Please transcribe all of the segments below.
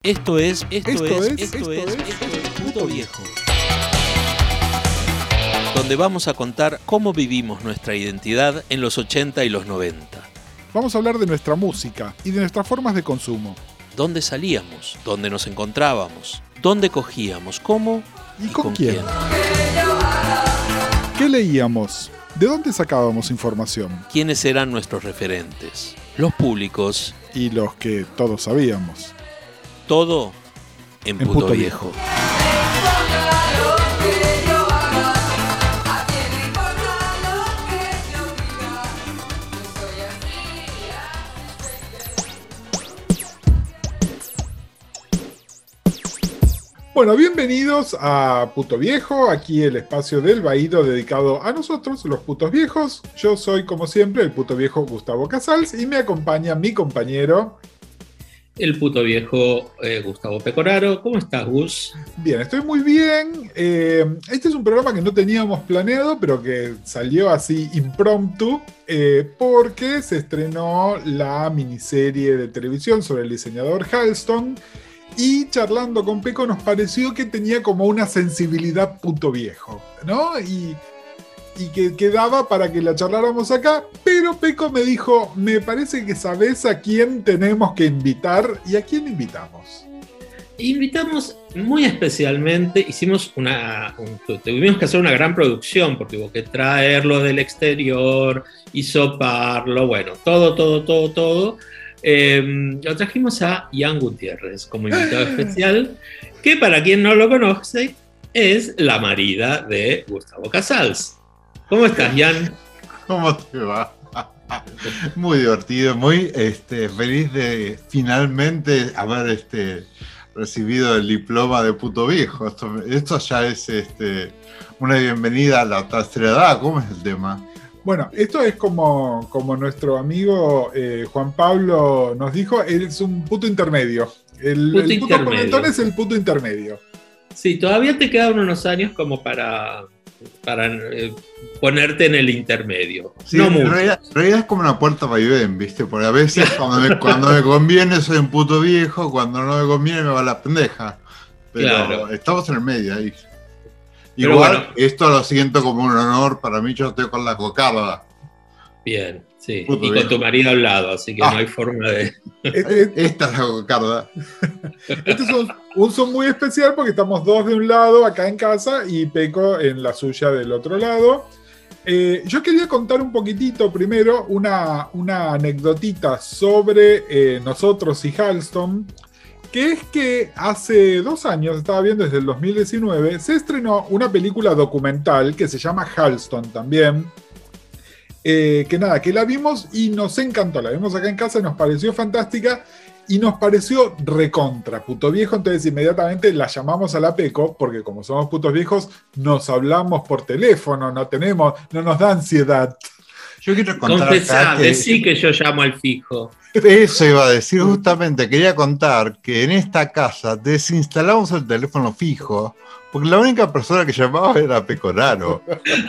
Esto es Puto Viejo. Donde vamos a contar cómo vivimos nuestra identidad en los 80 y los 90. Vamos a hablar de nuestra música y de nuestras formas de consumo. ¿Dónde salíamos? ¿Dónde nos encontrábamos? ¿Dónde cogíamos? ¿Cómo? ¿Y con quién? ¿Qué leíamos? ¿De dónde sacábamos información? ¿Quiénes eran nuestros referentes? Los públicos. Y los que todos sabíamos. Todo en Puto Viejo. Bueno, bienvenidos a Puto Viejo, aquí el espacio del Baído dedicado a nosotros, los putos viejos. Yo soy, como siempre, el puto viejo Gustavo Casals y me acompaña mi compañero... El puto viejo Gustavo Pecoraro. ¿Cómo estás, Gus? Bien, estoy muy bien. Este es un programa que no teníamos planeado, pero que salió así impromptu, porque se estrenó la miniserie de televisión sobre el diseñador Halston. Y charlando con Peco nos pareció que tenía como una sensibilidad puto viejo, ¿no? Y que quedaba para que la charláramos acá, pero Peco me dijo, me parece que sabés a quién tenemos que invitar, ¿y a quién invitamos? Invitamos muy especialmente, tuvimos que hacer una gran producción, porque hubo que traerlo del exterior, hisoparlo, bueno, todo. Lo trajimos a Ian Gutiérrez como invitado especial, que para quien no lo conoce, es la marida de Gustavo Casals. ¿Cómo estás, Ian? ¿Cómo te va? Muy divertido, muy feliz de finalmente haber recibido el diploma de puto viejo. Esto ya es una bienvenida a la tercera edad. ¿Cómo es el tema? Bueno, esto es como nuestro amigo Juan Pablo nos dijo, es un puto intermedio. El puto comentón es el puto intermedio. Sí, todavía te quedan unos años como para ponerte en el intermedio. Sí, no en realidad es como una puerta vaivén, ¿viste? Porque a veces cuando me conviene soy un puto viejo, cuando no me conviene me va la pendeja. Pero claro, estamos en el medio ahí. Igual, bueno, esto lo siento como un honor para mí, yo estoy con la cocarda. Bien, sí. Puto y viejo. con tu marido al lado, así que no hay forma de... Esta es la cocarda. Este es un Zoom muy especial porque estamos dos de un lado acá en casa y Peco en la suya del otro lado. Yo quería contar un poquitito primero una anecdotita sobre nosotros y Halston, que es que hace 2 años, estaba viendo desde el 2019, se estrenó una película documental que se llama Halston también, que la vimos y nos encantó, la vimos acá en casa y nos pareció fantástica y nos pareció recontra puto viejo, entonces inmediatamente la llamamos a la Peco, porque como somos putos viejos, nos hablamos por teléfono, no nos da ansiedad. Yo quiero contar acá decí que yo llamo al fijo. Eso iba a decir justamente, quería contar que en esta casa desinstalamos el teléfono fijo, porque la única persona que llamaba era Pecoraro.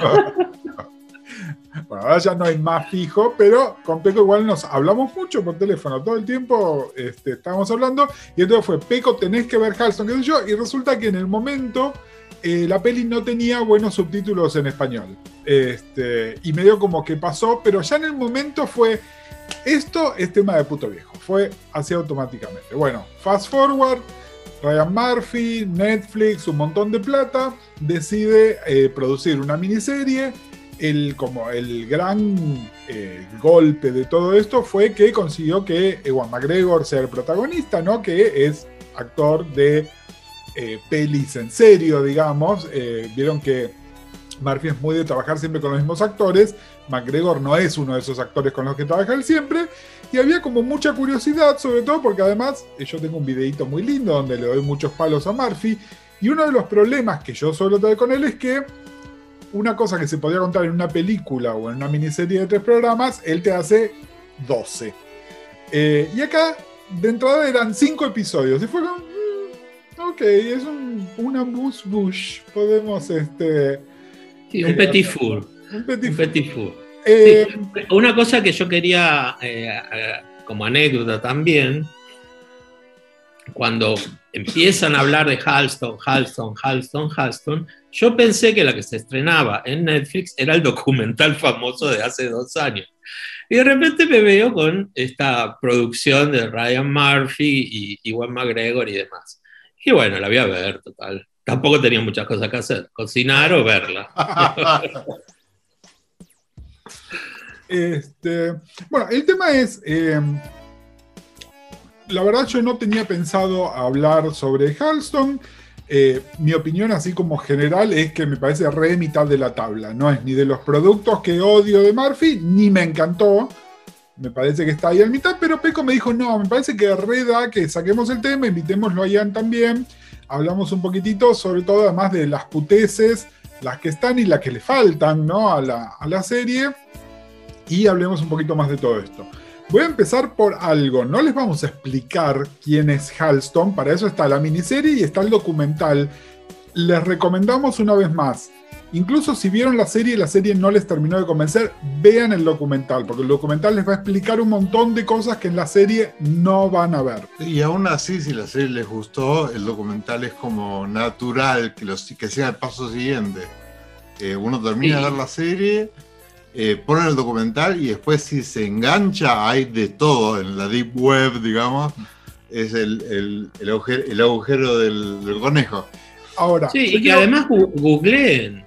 Bueno, ahora ya no hay más fijo, pero con Peco igual nos hablamos mucho por teléfono, todo el tiempo estábamos hablando, y entonces fue, Peco, tenés que ver Halston, qué sé yo, y resulta que en el momento la peli no tenía buenos subtítulos en español, y medio como que pasó, pero ya en el momento fue, esto es tema de puto viejo, fue así automáticamente. Bueno, fast forward, Ryan Murphy, Netflix, un montón de plata, decide producir una miniserie. El gran golpe de todo esto fue que consiguió que Ewan McGregor sea el protagonista, ¿no? Que es actor de pelis en serio, digamos. Vieron que Murphy es muy de trabajar siempre con los mismos actores. McGregor no es uno de esos actores con los que trabaja él siempre. Y había como mucha curiosidad, sobre todo porque además yo tengo un videíto muy lindo donde le doy muchos palos a Murphy. Y uno de los problemas que yo suelo tener con él es que una cosa que se podía contar en una película o en una miniserie de 3 programas, él te hace 12. Y acá, de entrada, eran 5 episodios. Y fue como, ok, es una amuse-bouche. Podemos, Sí, un petit four. Un petit four. Sí, una cosa que yo quería, como anécdota también, cuando empiezan a hablar de Halston, yo pensé que la que se estrenaba en Netflix era el documental famoso de hace 2 años. Y de repente me veo con esta producción de Ryan Murphy y Ewan McGregor y demás. Y bueno, la voy a ver, total. Tampoco tenía muchas cosas que hacer, cocinar o verla. Bueno, el tema es, la verdad yo no tenía pensado hablar sobre Halston. Mi opinión así como general es que me parece re mitad de la tabla. No es ni de los productos que odio de Murphy, ni me encantó. Me parece que está ahí en mitad, pero Peco me dijo, no, me parece que re da que saquemos el tema, invitémoslo a Ian también. Hablamos un poquitito, sobre todo además de las puteces, las que están y las que le faltan, ¿no? a la serie. Y hablemos un poquito más de todo esto. Voy a empezar por algo. No les vamos a explicar quién es Halston. Para eso está la miniserie y está el documental. Les recomendamos una vez más. Incluso si vieron la serie y la serie no les terminó de convencer, vean el documental. Porque el documental les va a explicar un montón de cosas que en la serie no van a ver. Y aún así, si la serie les gustó, el documental es como natural que sea el paso siguiente. Uno termina de ver la serie... ponen el documental y después si se engancha hay de todo en la deep web, digamos, es el agujero del conejo. Ahora, sí, y que además googleen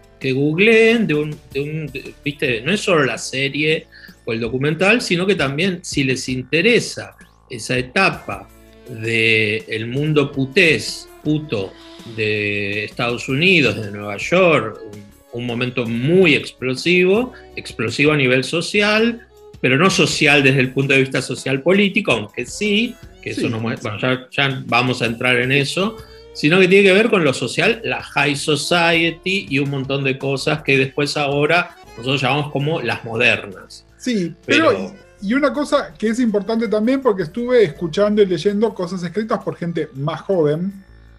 viste, no es solo la serie o el documental, sino que también si les interesa esa etapa del mundo puto de Estados Unidos, de Nueva York, un momento muy explosivo a nivel social, pero no social desde el punto de vista social político, aunque sí, que eso no, bueno, ya vamos a entrar en eso, sino que tiene que ver con lo social, la high society y un montón de cosas que después ahora nosotros llamamos como las modernas. Sí, pero y una cosa que es importante también, porque estuve escuchando y leyendo cosas escritas por gente más joven,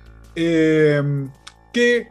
que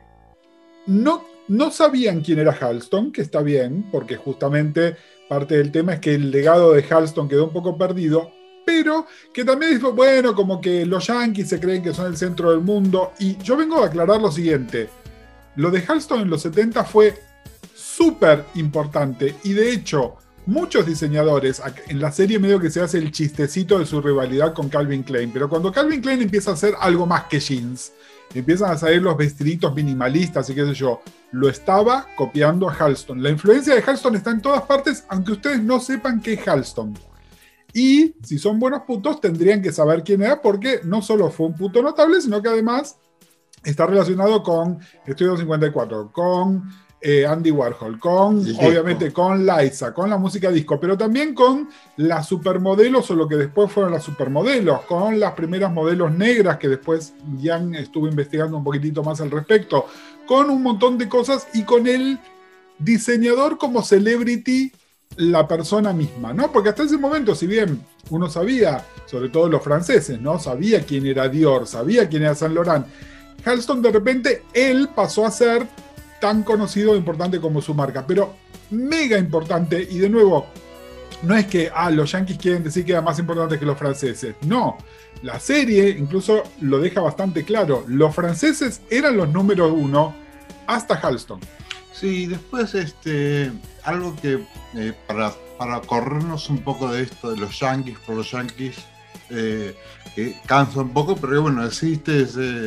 no sabían quién era Halston, que está bien, porque justamente parte del tema es que el legado de Halston quedó un poco perdido, pero que también es, bueno, como que los yankees se creen que son el centro del mundo, y yo vengo a aclarar lo siguiente, lo de Halston en los 70 fue súper importante, y de hecho, muchos diseñadores, en la serie medio que se hace el chistecito de su rivalidad con Calvin Klein, pero cuando Calvin Klein empieza a hacer algo más que jeans, empiezan a salir los vestiditos minimalistas y qué sé yo, lo estaba copiando a Halston. La influencia de Halston está en todas partes, aunque ustedes no sepan qué es Halston. Y si son buenos putos, tendrían que saber quién era, porque no solo fue un puto notable, sino que además está relacionado con Estudio 54, con Andy Warhol, obviamente con Liza, con la música disco, pero también con las supermodelos o lo que después fueron las supermodelos, con las primeras modelos negras que después Jan estuvo investigando un poquitito más al respecto, con un montón de cosas y con el diseñador como celebrity, la persona misma, ¿no? Porque hasta ese momento, si bien uno sabía, sobre todo los franceses, ¿no? Sabía quién era Dior, sabía quién era Saint Laurent, Halston de repente, él pasó a ser tan conocido e importante como su marca, pero mega importante, y de nuevo, no es que los yankees quieren decir que era más importante que los franceses, no, la serie incluso lo deja bastante claro, los franceses eran los número 1 hasta Halston. Sí, después algo que para corrernos un poco de esto de los yankees por los yankees, que cansa un poco, pero bueno, existe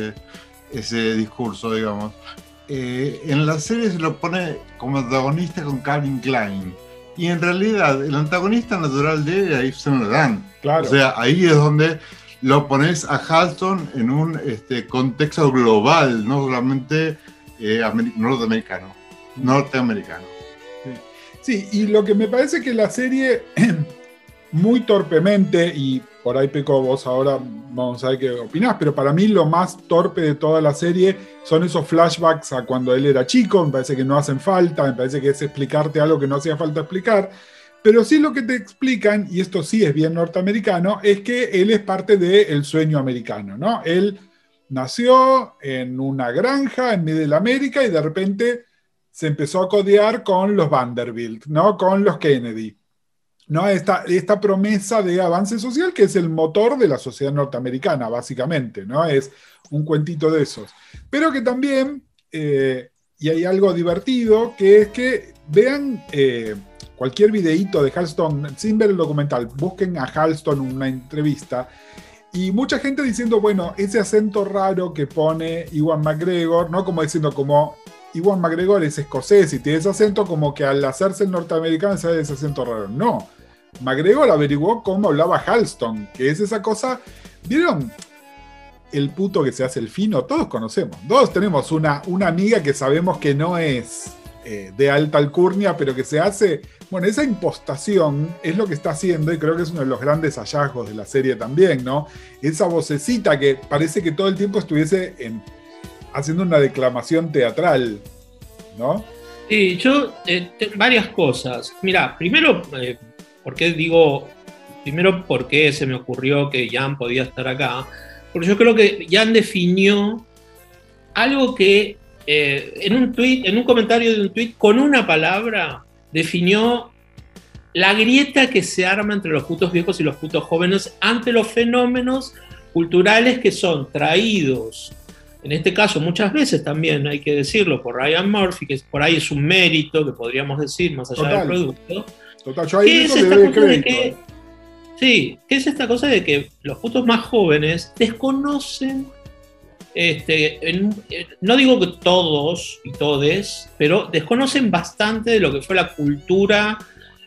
ese discurso, digamos. En la serie se lo pone como antagonista con Calvin Klein, y en realidad el antagonista natural de él era Yves Saint Laurent. Claro. O sea, ahí es donde lo pones a Halston en un contexto global, no solamente norteamericano. Sí, y lo que me parece que la serie muy torpemente, y por ahí Peco, vos ahora vamos a ver qué opinás, pero para mí lo más torpe de toda la serie son esos flashbacks a cuando él era chico, me parece que no hacen falta, me parece que es explicarte algo que no hacía falta explicar, pero sí lo que te explican, y esto sí es bien norteamericano, es que él es parte del sueño americano, ¿no? Él nació en una granja en Middle América y de repente se empezó a codear con los Vanderbilt, ¿no? Con los Kennedy. ¿no? Esta promesa de avance social que es el motor de la sociedad norteamericana, básicamente, ¿no? Es un cuentito de esos. Pero que también, y hay algo divertido, que es que vean cualquier videíto de Halston, sin ver el documental, busquen a Halston una entrevista, y mucha gente diciendo, bueno, ese acento raro que pone Ewan McGregor, ¿no? Como diciendo, como Ewan McGregor es escocés y tiene ese acento, como que al hacerse el norteamericano sale ese acento raro. No. McGregor averiguó cómo hablaba Halston, que es esa cosa. ¿Vieron el puto que se hace el fino? Todos conocemos. Todos tenemos una amiga que sabemos que no es de alta alcurnia, pero que se hace. Bueno, esa impostación es lo que está haciendo, y creo que es uno de los grandes hallazgos de la serie también, ¿no? Esa vocecita que parece que todo el tiempo estuviese haciendo una declamación teatral, ¿no? Sí, yo varias cosas. Mira, primero, ¿por qué se me ocurrió que Jan podía estar acá? Porque yo creo que Jan definió algo que en un comentario de un tweet, con una palabra, definió la grieta que se arma entre los putos viejos y los putos jóvenes ante los fenómenos culturales que son traídos, en este caso muchas veces también, hay que decirlo, por Ryan Murphy, que por ahí es un mérito que podríamos decir más allá del producto. Total, yo ahí eso le doy crédito. Sí, ¿qué es esta cosa de que los putos más jóvenes desconocen, no digo que todos y todes, pero desconocen bastante de lo que fue la cultura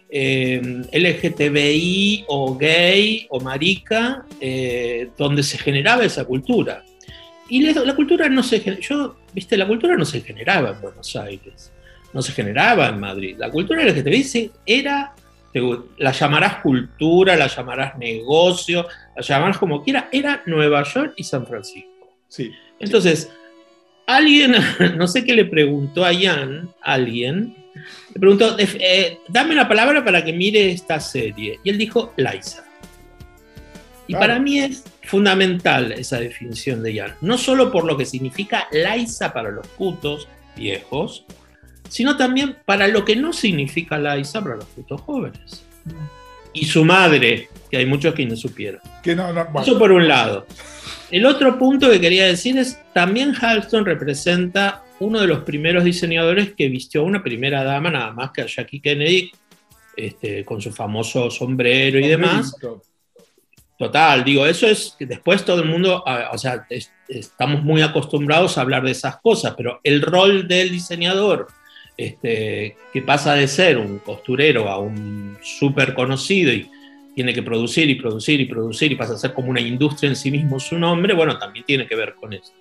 LGTBI o gay o marica, donde se generaba esa cultura. Y la cultura no se la cultura no se generaba en Buenos Aires, no se generaba en Madrid. La cultura LGTBI la llamarás cultura, la llamarás negocio, la llamarás como quiera, era Nueva York y San Francisco. Sí. Entonces, alguien, no sé qué le preguntó a Jan, le preguntó, dame una palabra para que mire esta serie. Y él dijo, Liza. Y claro, para mí es fundamental esa definición de Jan. No solo por lo que significa Liza para los putos viejos, sino también para lo que no significa Liza para los putos jóvenes. Y su madre, que hay muchos que no supieron. Bueno. Eso por un lado. El otro punto que quería decir es, también Halston representa uno de los primeros diseñadores que vistió a una primera dama, nada más que a Jackie Kennedy, con su famoso sombrero y demás. Total, digo, eso es que después todo el mundo, estamos muy acostumbrados a hablar de esas cosas, pero el rol del diseñador, que pasa de ser un costurero a un súper conocido y tiene que producir y pasa a ser como una industria en sí mismo su nombre, bueno, también tiene que ver con esto.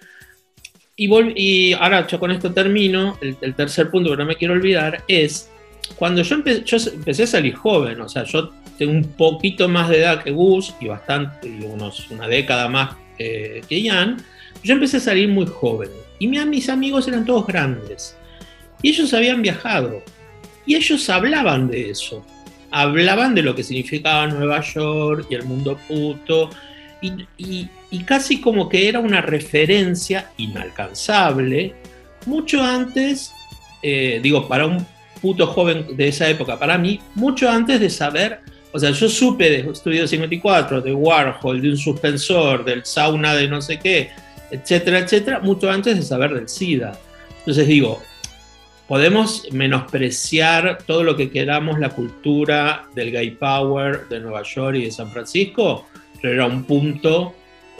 Y ahora yo con esto termino, el tercer punto que no me quiero olvidar es, cuando yo empecé a salir joven, o sea, yo tengo un poquito más de edad que Gus y una década más que Jan, yo empecé a salir muy joven y mis amigos eran todos grandes y ellos habían viajado y ellos hablaban de eso. Hablaban de lo que significaba Nueva York y el mundo puto, y casi como que era una referencia inalcanzable, mucho antes, para un puto joven de esa época, para mí, mucho antes de saber, o sea, yo supe de Estudio 54, de Warhol, de un suspensor, del sauna de no sé qué, etcétera, etcétera, mucho antes de saber del SIDA. Entonces digo, podemos menospreciar todo lo que queramos la cultura del gay power de Nueva York y de San Francisco, pero era un punto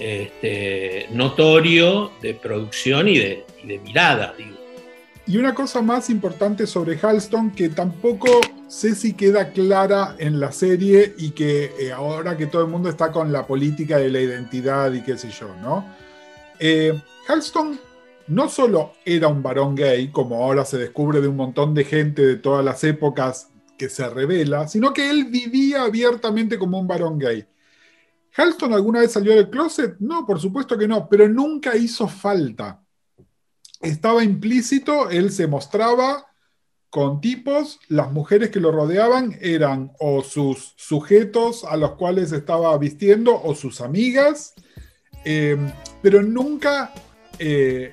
notorio de producción y de mirada, digo. Y una cosa más importante sobre Halston, que tampoco sé si queda clara en la serie y que ahora que todo el mundo está con la política de la identidad y qué sé yo, ¿no? Halston no solo era un varón gay, como ahora se descubre de un montón de gente de todas las épocas que se revela, sino que él vivía abiertamente como un varón gay. ¿Halston alguna vez salió del closet? No, por supuesto que no, pero nunca hizo falta. Estaba implícito, él se mostraba con tipos, las mujeres que lo rodeaban eran o sus sujetos a los cuales estaba vistiendo o sus amigas, pero nunca...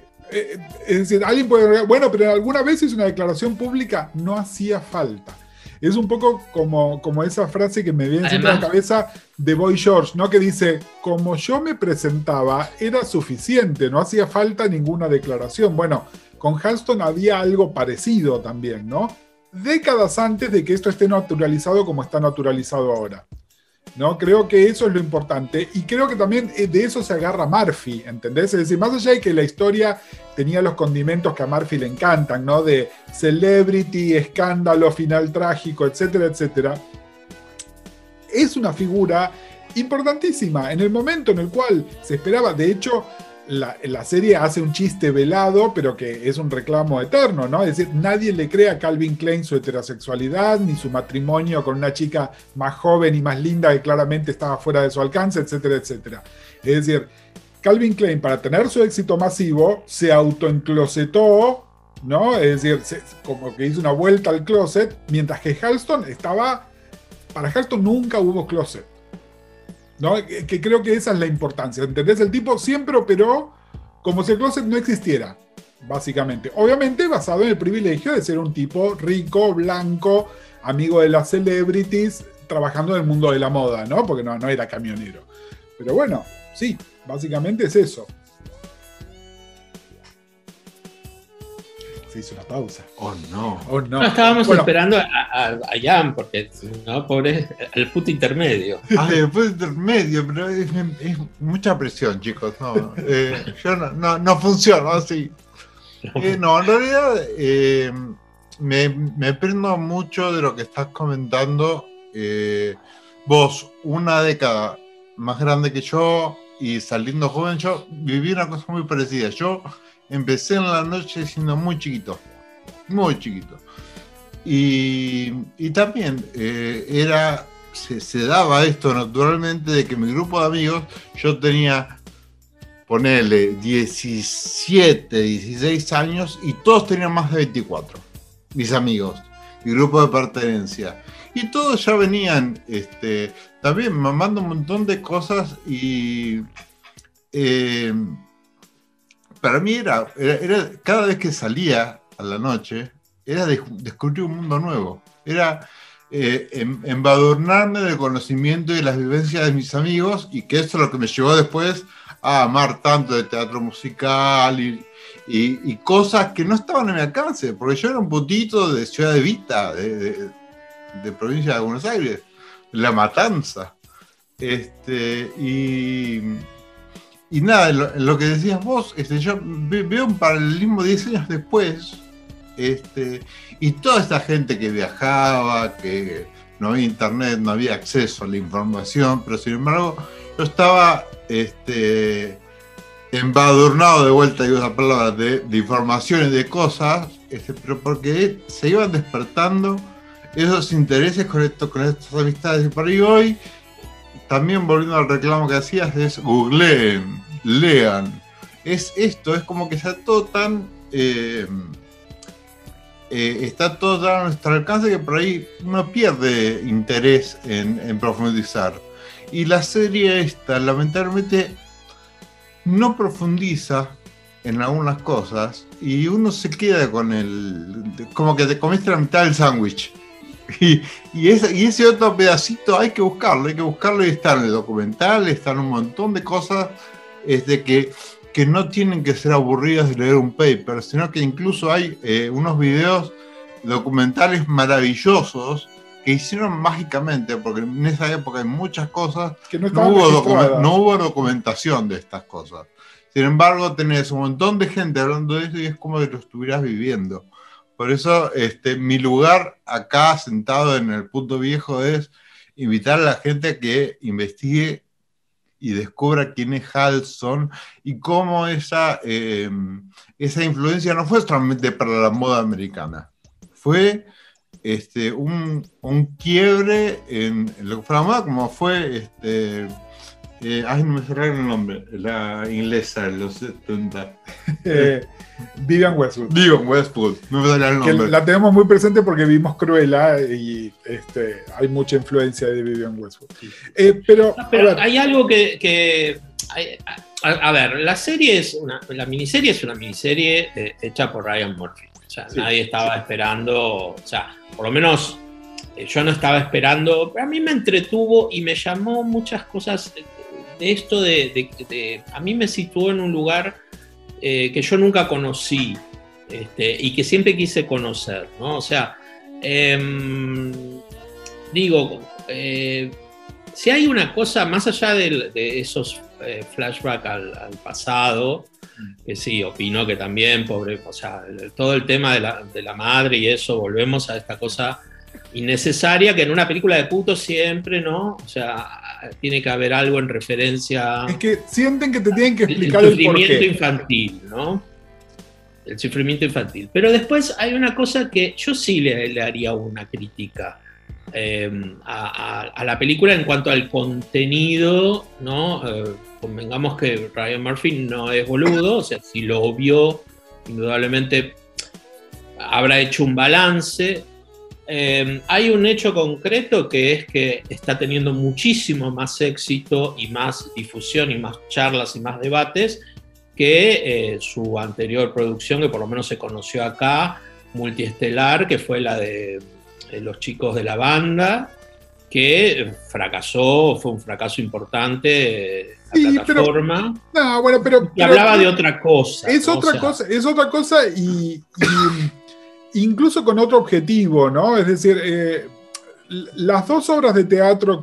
es decir, alguien puede... Bueno, pero alguna vez hizo una declaración pública, no hacía falta. Es un poco como esa frase que me viene siempre a la cabeza de Boy George, ¿no? Que dice, como yo me presentaba, era suficiente, no hacía falta ninguna declaración. Bueno, con Halston había algo parecido también, ¿no? Décadas antes de que esto esté naturalizado como está naturalizado ahora, ¿no? Creo que eso es lo importante, y creo que también de eso se agarra Murphy, ¿entendés? Es decir, más allá de que la historia tenía los condimentos que a Murphy le encantan, ¿no? De celebrity, escándalo, final trágico, etcétera, etcétera. Es una figura importantísima en el momento en el cual se esperaba. De hecho, la serie hace un chiste velado, pero que es un reclamo eterno, ¿no? Es decir, nadie le cree a Calvin Klein su heterosexualidad, ni su matrimonio con una chica más joven y más linda que claramente estaba fuera de su alcance, etcétera, etcétera. Es decir, Calvin Klein, para tener su éxito masivo, se autoenclosetó, ¿no? Es decir, como que hizo una vuelta al closet, mientras que Halston estaba... Para Halston nunca hubo closet, ¿no? Que creo que esa es la importancia, ¿entendés? El tipo siempre operó como si el closet no existiera, básicamente. Obviamente basado en el privilegio de ser un tipo rico, blanco, amigo de las celebrities, trabajando en el mundo de la moda, ¿no? Porque no era camionero. Pero bueno, sí, básicamente es eso. Se hizo una pausa. Oh, no. Oh, no. No, estábamos esperando a Jan, porque no, pobre, al punto intermedio. El punto intermedio, pero es mucha presión, chicos. No, yo no funciono así. No, en realidad me prendo mucho de lo que estás comentando. Vos, una década más grande que yo y saliendo joven, yo viví una cosa muy parecida. Yo empecé en la noche siendo muy chiquito. Y también se daba esto naturalmente de que mi grupo de amigos, yo tenía, ponele, 17, 16 años y todos tenían más de 24, mis amigos, mi grupo de pertenencia. Y todos ya venían también mamando un montón de cosas y... para mí era cada vez que salía a la noche, era descubrir un mundo nuevo. Era embadurnarme del conocimiento y de las vivencias de mis amigos, y que eso es lo que me llevó después a amar tanto de teatro musical y cosas que no estaban a mi alcance, porque yo era un putito de Ciudad de Vita, de provincia de Buenos Aires, La Matanza. Y nada, lo que decías vos, yo veo un paralelismo 10 años después, y toda esta gente que viajaba, que no había internet, no había acceso a la información, pero sin embargo yo estaba embadurnado, de vuelta digo esa palabra, de informaciones, de cosas, pero porque se iban despertando esos intereses con estas amistades. Y por ahí hoy, también volviendo al reclamo que hacías, es googleen, lean. Es como que está todo tan a nuestro alcance que por ahí uno pierde interés en profundizar. Y la serie esta, lamentablemente, no profundiza en algunas cosas y uno se queda con como que te comiste la mitad del sándwich. Y ese otro pedacito hay que buscarlo y está en el documental, está en un montón de cosas que no tienen que ser aburridas de leer un paper, sino que incluso hay unos videos documentales maravillosos que hicieron mágicamente, porque en esa época hay muchas cosas que no hubo documentación de estas cosas. Sin embargo, tenés un montón de gente hablando de eso y es como que lo estuvieras viviendo. Por eso mi lugar acá sentado en el punto viejo es invitar a la gente a que investigue y descubra quién es Halston y cómo esa influencia no fue solamente para la moda americana, fue un quiebre en lo que fue la moda, como fue no me cerraron el nombre, la inglesa de los 70. Vivian Westwood. No me salía el nombre. Que la tenemos muy presente porque vimos Cruella y hay mucha influencia de Vivian Westwood. Pero hay algo a ver, la miniserie es una miniserie hecha por Ryan Murphy. O sea, nadie estaba esperando, o sea, por lo menos yo no estaba esperando, a mí me entretuvo y me llamó muchas cosas de esto a mí me situó en un lugar que yo nunca conocí y que siempre quise conocer, ¿no? O sea, si hay una cosa, más allá de esos flashbacks al pasado, que sí, opino que también, o sea, todo el tema de la madre y eso, volvemos a esta cosa innecesaria que en una película de putos siempre, ¿no? O sea, tiene que haber algo en referencia. Es que sienten que te tienen que explicar el sufrimiento infantil, ¿no? El sufrimiento infantil. Pero después hay una cosa que yo sí le haría una crítica a la película en cuanto al contenido, ¿no? Convengamos que Ryan Murphy no es boludo, o sea, si lo vio, indudablemente habrá hecho un balance. Hay un hecho concreto que es que está teniendo muchísimo más éxito y más difusión y más charlas y más debates que su anterior producción, que por lo menos se conoció acá, multiestelar, que fue la de Los Chicos de la Banda, que fracasó, fue un fracaso importante la plataforma. Pero hablaba de otra cosa. Es otra cosa y incluso con otro objetivo, ¿no? Es decir, las 2 obras de teatro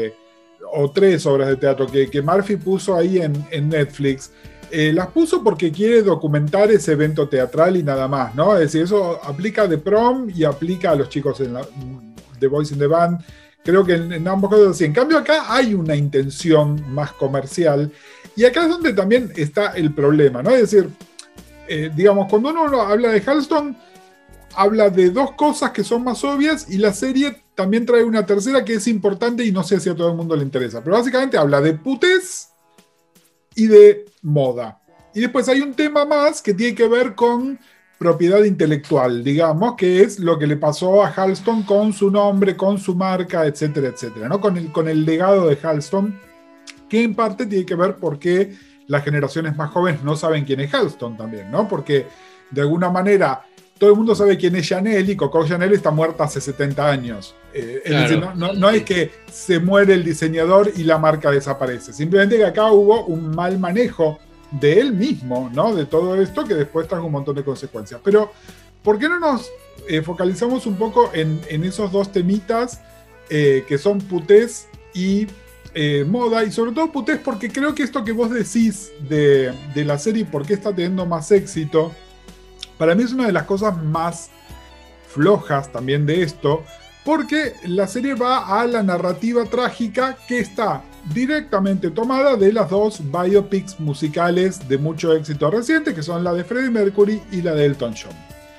o 3 obras de teatro que Murphy puso ahí en Netflix, las puso porque quiere documentar ese evento teatral y nada más, ¿no? Es decir, eso aplica de Prom y aplica a Los Chicos de Boys in the Band. Creo que en ambos casos así. En cambio, acá hay una intención más comercial y acá es donde también está el problema, ¿no? Es decir, digamos, cuando uno habla de Halston, habla de 2 cosas que son más obvias y la serie también trae una tercera que es importante y no sé si a todo el mundo le interesa. Pero básicamente habla de putés y de moda. Y después hay un tema más que tiene que ver con propiedad intelectual, digamos, que es lo que le pasó a Halston con su nombre, con su marca, etcétera, etcétera, ¿no? Con el legado de Halston, que en parte tiene que ver porque las generaciones más jóvenes no saben quién es Halston también, ¿no? Porque de alguna manera todo el mundo sabe quién es Chanel y Coco Chanel está muerta hace 70 años. Es decir, no es que se muere el diseñador y la marca desaparece. Simplemente que acá hubo un mal manejo de él mismo, ¿no? De todo esto que después trajo un montón de consecuencias. Pero, ¿por qué no nos focalizamos un poco en esos 2 temitas que son putés y moda? Y sobre todo putés porque creo que esto que vos decís de la serie, por qué está teniendo más éxito, para mí es una de las cosas más flojas también de esto, porque la serie va a la narrativa trágica que está directamente tomada de las 2 biopics musicales de mucho éxito reciente, que son la de Freddie Mercury y la de Elton John.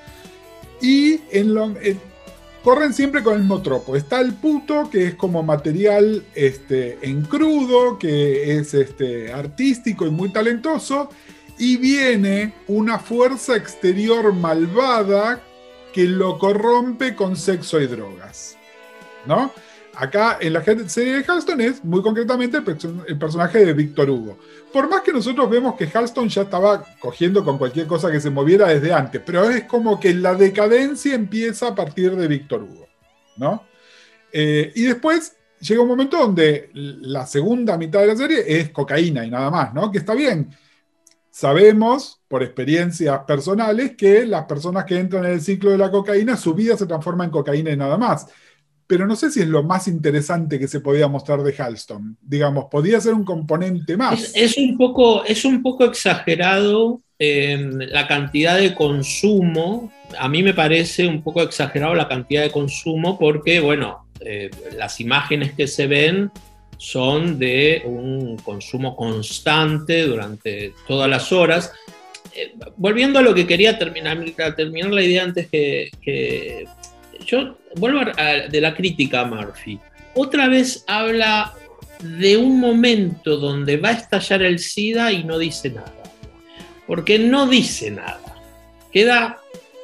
Y corren siempre con el mismo tropo. Está el puto, que es como material en crudo, que es artístico y muy talentoso, y viene una fuerza exterior malvada que lo corrompe con sexo y drogas, ¿no? Acá en la serie de Halston es muy concretamente el personaje de Víctor Hugo. Por más que nosotros vemos que Halston ya estaba cogiendo con cualquier cosa que se moviera desde antes, pero es como que la decadencia empieza a partir de Víctor Hugo, ¿no? Y después llega un momento donde la segunda mitad de la serie es cocaína y nada más, ¿no? Que está bien. Sabemos, por experiencias personales, que las personas que entran en el ciclo de la cocaína, su vida se transforma en cocaína y nada más. Pero no sé si es lo más interesante que se podía mostrar de Halston. Digamos, podía ser un componente más. Es un poco exagerado la cantidad de consumo. A mí me parece un poco exagerado la cantidad de consumo porque, bueno, las imágenes que se ven son de un consumo constante durante todas las horas. Volviendo a lo que quería terminar la idea antes que yo vuelvo de la crítica a Murphy. Otra vez habla de un momento donde va a estallar el SIDA y no dice nada. Porque no dice nada. Queda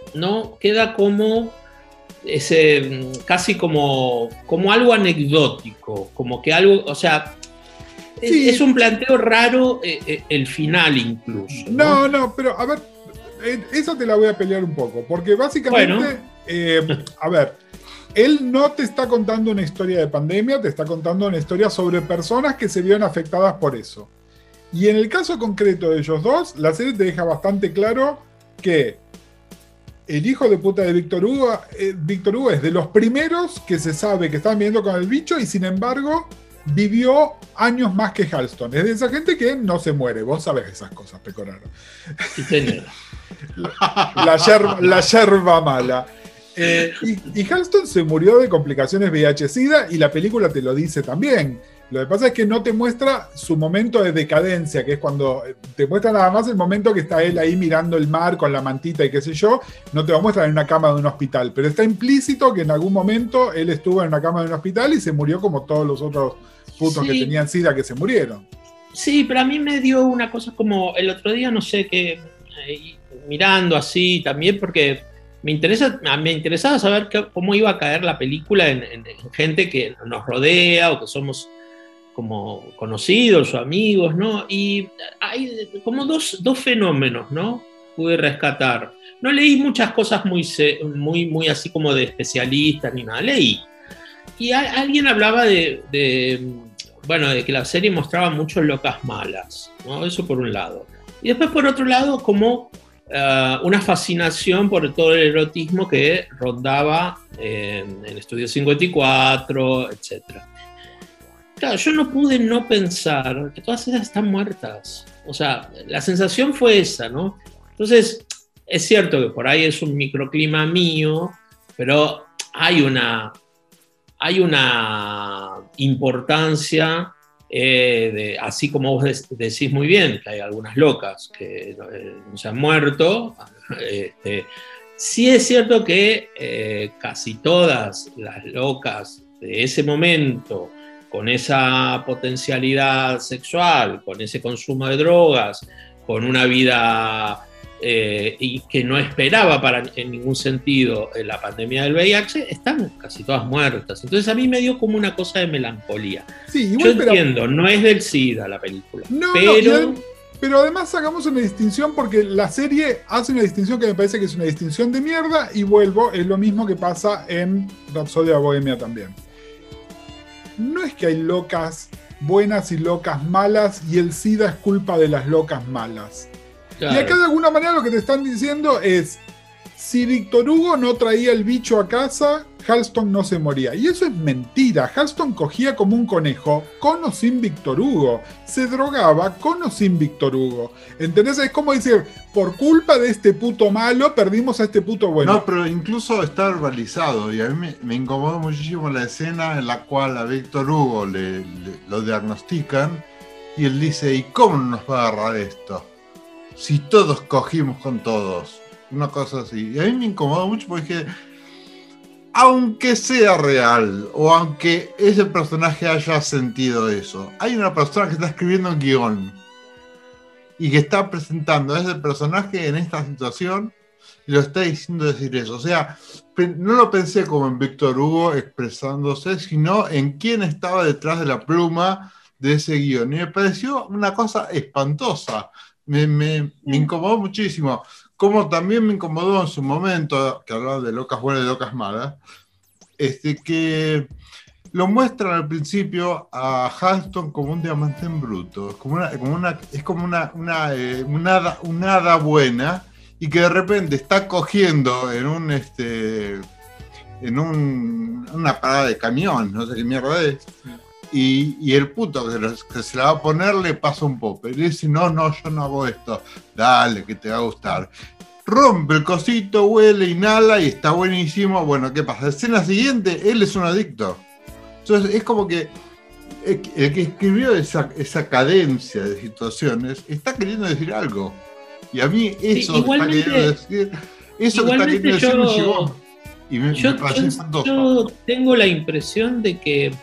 como casi como algo anecdótico, como que algo, o sea, sí. Es un planteo raro el final incluso. No, pero a ver, esa te la voy a pelear un poco, porque básicamente, bueno. A ver, él no te está contando una historia de pandemia, te está contando una historia sobre personas que se vieron afectadas por eso. Y en el caso concreto de ellos dos, la serie te deja bastante claro que el hijo de puta de Víctor Hugo es de los primeros que se sabe que están viviendo con el bicho y sin embargo vivió años más que Halston. Es de esa gente que no se muere. Vos sabés esas cosas, Pecoraro. La yerba mala. Y Halston se murió de complicaciones VIH-Sida y la película te lo dice también. Lo que pasa es que no te muestra su momento de decadencia, que es cuando te muestra nada más el momento que está él ahí mirando el mar con la mantita y qué sé yo. No te lo muestran en una cama de un hospital, pero está implícito que en algún momento él estuvo en una cama de un hospital y se murió como todos los otros putos que tenían SIDA que se murieron. Sí, pero a mí me dio una cosa como el otro día, no sé, que mirando así también, porque me interesaba saber cómo iba a caer la película en gente que nos rodea o que somos como conocidos o amigos, ¿no? Y hay como dos fenómenos, ¿no? Pude rescatar. No leí muchas cosas muy así como de especialistas ni nada, leí. Y alguien hablaba de que la serie mostraba mucho locas malas, ¿no? Eso por un lado. Y después por otro lado como una fascinación por todo el erotismo que rondaba en Estudio 54, etc. Claro, yo no pude no pensar que todas esas están muertas. O sea, la sensación fue esa, ¿no? Entonces, es cierto que por ahí es un microclima mío, pero hay una importancia, así como vos decís muy bien, que hay algunas locas que no se han muerto. Sí es cierto que casi todas las locas de ese momento, con esa potencialidad sexual, con ese consumo de drogas, con una vida y que no esperaba en ningún sentido la pandemia del VIH, están casi todas muertas. Entonces a mí me dio como una cosa de melancolía. Sí, igual, yo entiendo, no es del SIDA la película, pero además sacamos una distinción porque la serie hace una distinción que me parece que es una distinción de mierda y vuelvo, es lo mismo que pasa en Rapsodia Bohemia también. No es que hay locas buenas y locas malas y el SIDA es culpa de las locas malas. Claro. Y acá de alguna manera lo que te están diciendo es, si Víctor Hugo no traía el bicho a casa, Halston no se moría. Y eso es mentira. Halston cogía como un conejo, con o sin Víctor Hugo. Se drogaba con o sin Víctor Hugo. ¿Entendés? Es como decir, por culpa de este puto malo, perdimos a este puto bueno. No, pero incluso está verbalizado. Y a mí me incomodó muchísimo la escena en la cual a Víctor Hugo lo diagnostican y él dice, ¿y cómo nos va a agarrar esto? Si todos cogimos con todos. Una cosa así. Y a mí me incomodó mucho porque dije, aunque sea real o aunque ese personaje haya sentido eso, hay una persona que está escribiendo un guión y que está presentando a ese personaje en esta situación y lo está diciendo decir eso. O sea, no lo pensé como en Víctor Hugo expresándose, sino en quién estaba detrás de la pluma de ese guión. Y me pareció una cosa espantosa. Me incomodó muchísimo. Como también me incomodó en su momento, que hablaba de locas buenas y locas malas, que lo muestran al principio a Halston como un diamante en bruto, es como una hada buena, y que de repente está cogiendo en una parada de camión, no sé qué mierda es, y el puto que se la va a poner le pasa un poco, y le dice, no, yo no hago esto, dale, que te va a gustar. Rompe el cosito, huele, inhala y está buenísimo. Bueno, ¿qué pasa? La escena siguiente, él es un adicto. Entonces es como que el que escribió esa cadencia de situaciones está queriendo decir algo. Y a mí eso que está queriendo decir, me llegó. Y me pareció espantoso. Yo tengo la impresión de que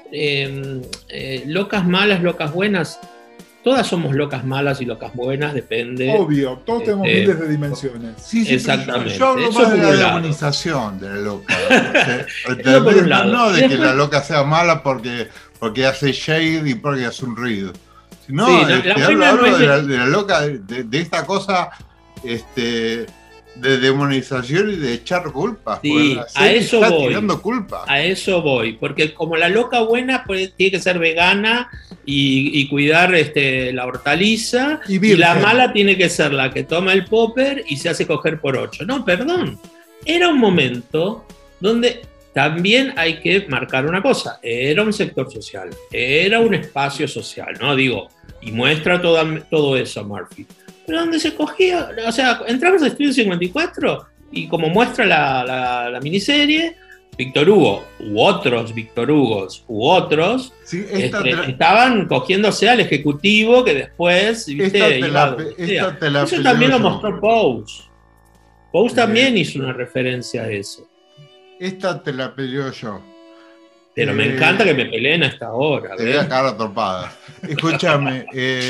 locas malas, locas buenas, todas somos locas malas y locas buenas, depende. Obvio, todos tenemos miles de dimensiones. Sí, exactamente. Yo hablo más de la demonización de la loca. No de que la loca sea mala porque hace shade y porque hace un ruido. Sino hablo de la loca, de esta cosa de demonización y de echar culpas. Sí, la a serie eso está voy. tirando culpa. A eso voy, porque como la loca buena pues, tiene que ser vegana y cuidar la hortaliza, Y y virgen. la mala tiene que ser la que toma el popper y se hace coger por 8. No, perdón. Era un momento donde también hay que marcar una cosa. Era un sector social, era un espacio social, ¿no? Digo, y muestra todo eso Murphy. Pero donde se cogía, o sea, entramos a Estudio 54 y como muestra la miniserie, Víctor Hugo u otros Víctor Hugos u otros Sí, estaban cogiéndose al ejecutivo que después, ¿viste? Eso también lo mostró Pose. Pose también hizo una referencia a eso. Esta te la peleó yo. Pero me encanta que me peleen a esta hora. Te voy a cagar a trompadas. Escúchame,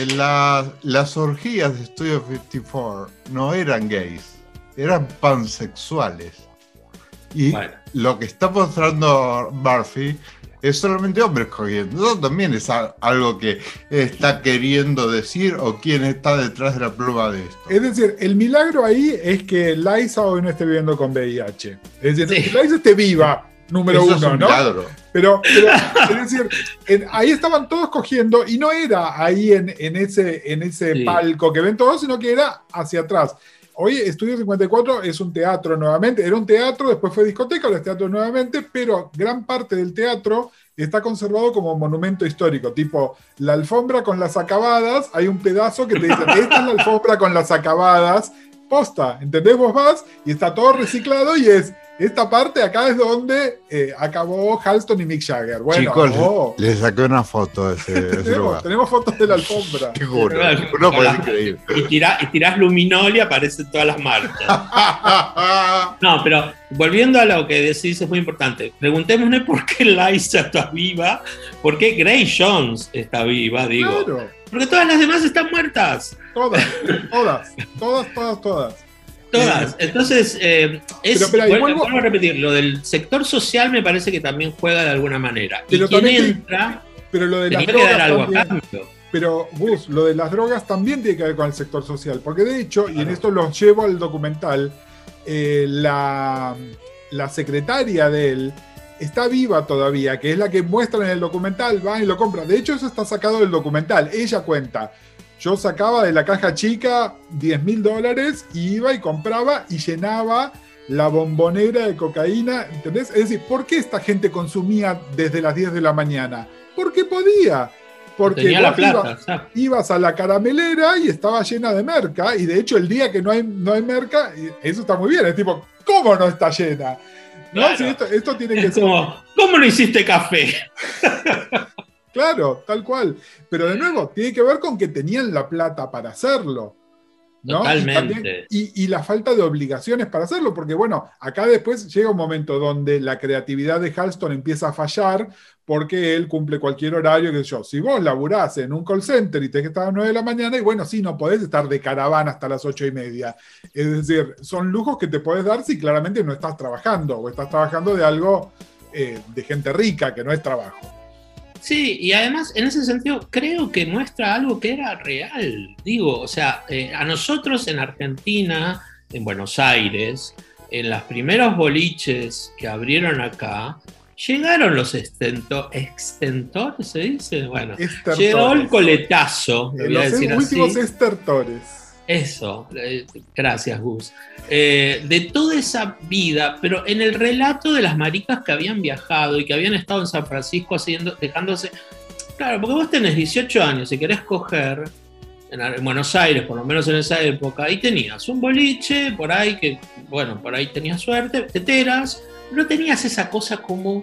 las orgías de Studio 54 no eran gays, eran pansexuales. Y Bueno. lo que está mostrando Murphy es solamente hombres cogiendo. Eso también es algo que está queriendo decir o quién está detrás de la pluma de esto. Es decir, el milagro ahí es que Liza hoy no esté viviendo con VIH. Es decir, Sí. que Liza esté viva, número Eso uno, es un ¿no? milagro. Pero es decir, ahí estaban todos cogiendo y no era ahí en ese Sí. palco que ven todos, sino que era hacia atrás. Hoy Estudio 54 es un teatro nuevamente, era un teatro, después fue discoteca, ahora es teatro nuevamente, pero gran parte del teatro está conservado como monumento histórico, tipo la alfombra con las acabadas, hay un pedazo que te dice, esta es la alfombra con las acabadas, posta, ¿entendés? Vos vas y está todo reciclado y esta parte acá es donde acabó Halston y Mick Jagger. Bueno, Chicos, le saqué una foto de ese lugar. tenemos fotos de la alfombra. Te juro, no puede ser increíble. Y tirás luminol y aparecen todas las marcas. No, pero volviendo a lo que decís, es muy importante. Preguntémonos por qué Liza está viva, por qué Grace Jones está viva, digo. Claro, Porque todas las demás están muertas. todas. Todas. Entonces, vuelvo a repetir, lo del sector social me parece que también juega de alguna manera. Pero y quien también entra pero lo de las tenía que dar drogas algo a también, cambio. pero Gus, lo de las drogas también tiene que ver con el sector social, porque de hecho, y en esto los llevo al documental, la secretaria de él está viva todavía, que es la que muestran en el documental, van y lo compran. De hecho, eso está sacado del documental. Ella cuenta, yo sacaba de la caja chica $10,000 y iba y compraba y llenaba la bombonera de cocaína, ¿entendés? Es decir, ¿por qué esta gente consumía desde las 10 de la mañana? Porque podía. Porque tenía la vos plata. ibas a la caramelera y estaba llena de merca, y de hecho el día que no hay merca, eso está muy bien, es tipo, ¿cómo no está llena? ¿No? Claro. Sí, esto tiene que Es ser... como, ¿cómo no hiciste café? Claro, tal cual. Pero de nuevo, tiene que ver con que tenían la plata para hacerlo, ¿no? Totalmente. Y la falta de obligaciones para hacerlo, porque bueno, acá después llega un momento donde la creatividad de Halston empieza a fallar porque él cumple cualquier horario, que yo, si vos laburás en un call center y tenés que estar a las 9 de la mañana, y bueno, sí, no podés estar de caravana hasta las 8:30. Es decir, son lujos que te podés dar si claramente no estás trabajando, o estás trabajando de algo de gente rica, que no es trabajo. Sí, y además, en ese sentido, creo que muestra algo que era real. Digo, o sea, a nosotros en Argentina, en Buenos Aires, en los primeros boliches que abrieron acá, llegaron los extentores, ¿se dice? Bueno, Estertores. llegó el coletazo, lo voy a Los decir últimos así. estertores. Eso, gracias Gus. De toda esa vida, pero en el relato de las maricas que habían viajado y que habían estado en San Francisco dejándose. Claro, porque vos tenés 18 años y querés coger en Buenos Aires, por lo menos en esa época, ahí tenías un boliche, por ahí que, bueno, por ahí tenías suerte, teteras, no tenías esa cosa como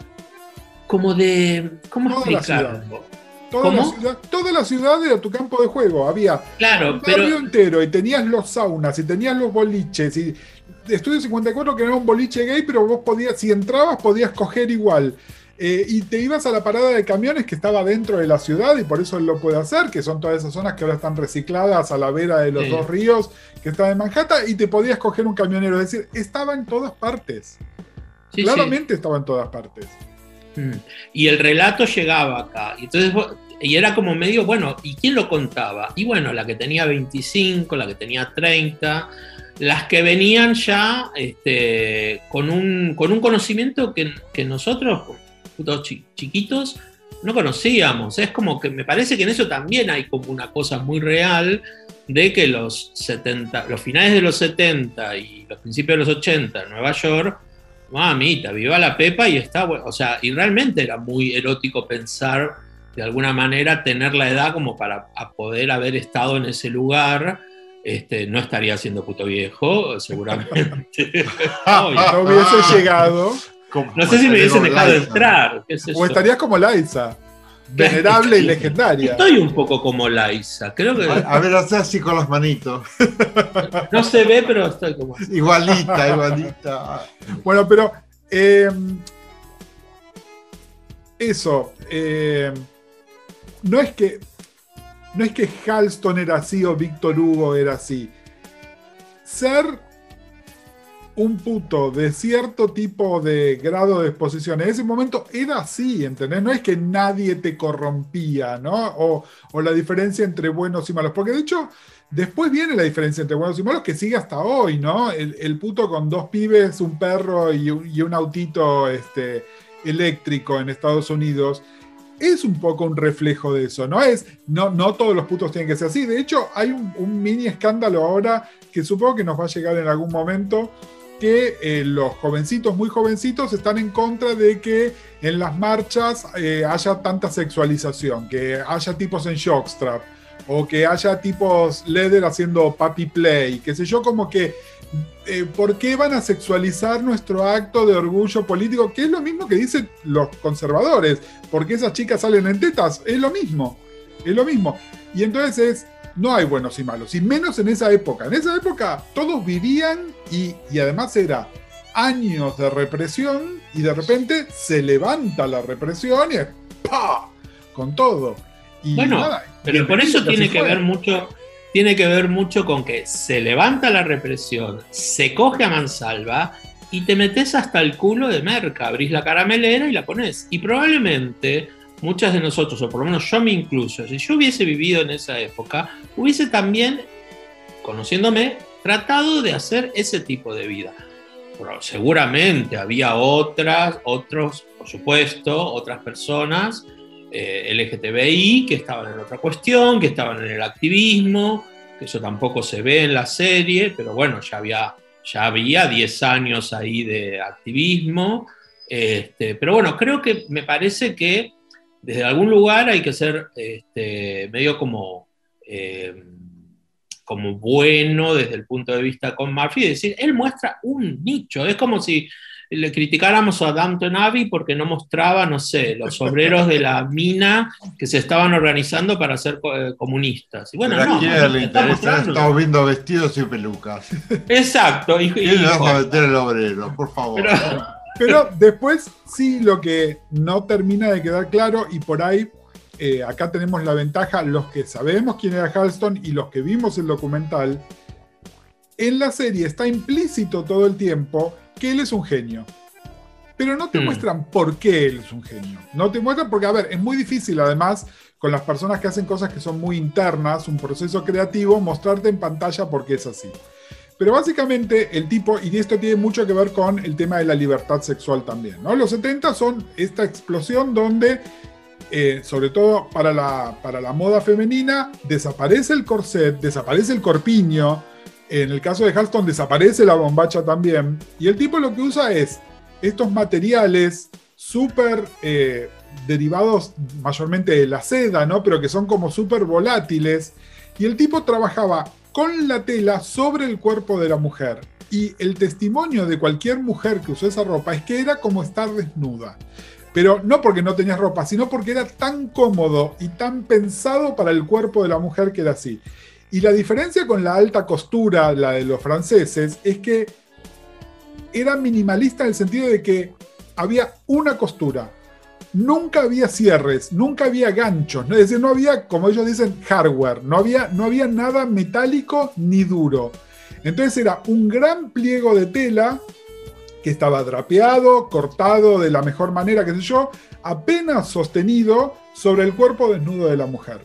de. ¿Cómo Toda la explicarlo? Toda la ciudad era tu campo de juego. Había Claro, un barrio pero. entero y tenías los saunas y tenías los boliches. Y Estudio 54 que era un boliche gay, pero vos podías, si entrabas, podías coger igual. Y te ibas a la parada de camiones que estaba dentro de la ciudad, y por eso él lo puede hacer, que son todas esas zonas que ahora están recicladas a la vera de los dos ríos que están en Manhattan, y te podías coger un camionero. Es decir, estaba en todas partes. Sí, Claramente estaba en todas partes. Y el relato llegaba acá. Y entonces y era como medio, bueno, ¿y quién lo contaba? Y bueno, la que tenía 25, la que tenía 30. las que venían ya con un conocimiento que nosotros, todos chiquitos, no conocíamos. Es como que me parece que en eso también hay como una cosa muy real de que los finales de los 70 y los principios de los 80 en Nueva York, mamita, viva la Pepa y está, o sea, y realmente era muy erótico pensar de alguna manera tener la edad como para poder haber estado en ese lugar. No estaría siendo puto viejo, seguramente. No hubiese llegado. No sé si me hubiesen dejado entrar. ¿Qué es eso? O estarías como Liza, venerable y legendaria. Estoy un poco como Liza, creo que. A ver, hace así con las manitos. No se ve, pero estoy como así. Igualita. Bueno, pero eso. No es que Halston era así o Víctor Hugo era así. Ser un puto de cierto tipo de grado de exposición en ese momento era así, ¿entendés? No es que nadie te corrompía, ¿no? O la diferencia entre buenos y malos. Porque de hecho, después viene la diferencia entre buenos y malos que sigue hasta hoy, ¿no? El puto con 2 pibes, un perro y un autito eléctrico en Estados Unidos. Es un poco un reflejo de eso, no todos los putos tienen que ser así. De hecho, hay un mini escándalo ahora que supongo que nos va a llegar en algún momento, que los jovencitos, muy jovencitos, están en contra de que en las marchas haya tanta sexualización, que haya tipos en jockstrap, o que haya tipos leather haciendo puppy play, qué sé yo, como que ¿por qué van a sexualizar nuestro acto de orgullo político? Que es lo mismo que dicen los conservadores. ¿Por qué esas chicas salen en tetas? Es lo mismo. Y entonces no hay buenos y malos. Y menos en esa época. En esa época todos vivían y además era años de represión y de repente se levanta la represión y es ¡pah! Con todo. Y bueno, nada, pero por eso tiene que ver mucho con que se levanta la represión, se coge a mansalva y te metes hasta el culo de merca, abrís la caramelera y la pones. Y probablemente muchas de nosotros, o por lo menos yo me incluyo, si yo hubiese vivido en esa época, hubiese también, conociéndome, tratado de hacer ese tipo de vida. Pero seguramente había otros, por supuesto, otras personas LGTBI que estaban en otra cuestión, que estaban en el activismo, que eso tampoco se ve en la serie, pero bueno, ya había 10 años ahí de activismo, pero bueno, me parece que desde algún lugar hay que ser medio como bueno desde el punto de vista con Murphy, es decir, él muestra un nicho, es como si le criticáramos a Downton Abbey porque no mostraba, no sé, los obreros de la mina que se estaban organizando para ser comunistas. Y bueno, no le interesa, estamos viendo vestidos y pelucas. Exacto. ¿Quién le vas a meter el obrero, por favor? Pero después sí, lo que no termina de quedar claro, y por ahí acá tenemos la ventaja, los que sabemos quién era Halston y los que vimos el documental, en la serie está implícito todo el tiempo que él es un genio. Pero no te muestran por qué él es un genio. No te muestran porque, a ver, es muy difícil además con las personas que hacen cosas que son muy internas, un proceso creativo, mostrarte en pantalla por qué es así. Pero básicamente el tipo, y esto tiene mucho que ver con el tema de la libertad sexual también, ¿no? Los 70 son esta explosión donde, sobre todo para la moda femenina, desaparece el corset, desaparece el corpiño. En el caso de Halston desaparece la bombacha también. Y el tipo lo que usa es estos materiales súper derivados mayormente de la seda, ¿no? Pero que son como súper volátiles. Y el tipo trabajaba con la tela sobre el cuerpo de la mujer. Y el testimonio de cualquier mujer que usó esa ropa es que era como estar desnuda. Pero no porque no tenías ropa, sino porque era tan cómodo y tan pensado para el cuerpo de la mujer que era así. Y la diferencia con la alta costura, la de los franceses, es que era minimalista en el sentido de que había una costura. Nunca había cierres, nunca había ganchos. Es decir, no había, como ellos dicen, hardware. No había nada metálico ni duro. Entonces era un gran pliego de tela que estaba drapeado, cortado de la mejor manera, qué sé yo, apenas sostenido sobre el cuerpo desnudo de la mujer.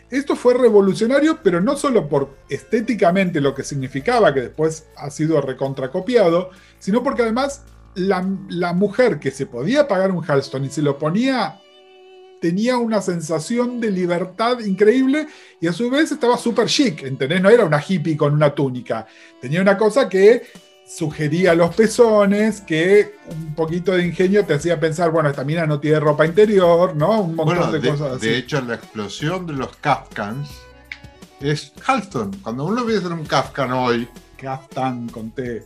esto fue revolucionario, pero no solo por estéticamente lo que significaba, que después ha sido recontracopiado, sino porque además la mujer que se podía pagar un halston y se lo ponía, tenía una sensación de libertad increíble y a su vez estaba súper chic, ¿entendés? No era una hippie con una túnica. Tenía una cosa que sugería los pezones, que un poquito de ingenio te hacía pensar, bueno, esta mina no tiene ropa interior, ¿no? Un montón de cosas así. De hecho, la explosión de los kaftans es halston. Cuando uno piensa en un kaftan hoy... Kaftan con T.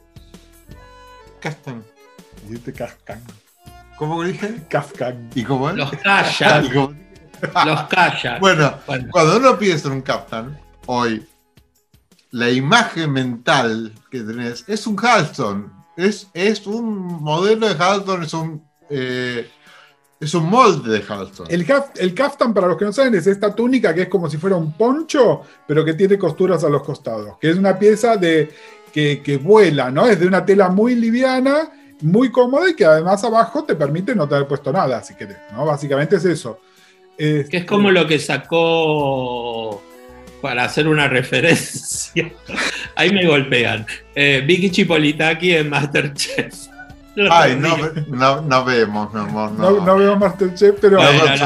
Kaftan. Dijiste kaftan. ¿Cómo dije? Kaftan. ¿Y cómo es? Los kayak. Los kayak. Bueno, cuando uno piensa en un kaftan, hoy, la imagen mental que tenés es un halston. Es un modelo de halston, es un molde de halston. El kaftan, para los que no saben, es esta túnica que es como si fuera un poncho, pero que tiene costuras a los costados. Que es una pieza que vuela, ¿no? Es de una tela muy liviana, muy cómoda y que además abajo te permite no tener puesto nada, si querés, ¿no? Básicamente es eso. Que es como lo que sacó, para hacer una referencia, ahí me golpean, Vicky Chipolitaki en MasterChef. Ay, no vemos, mi amor. No vemos MasterChef, pero...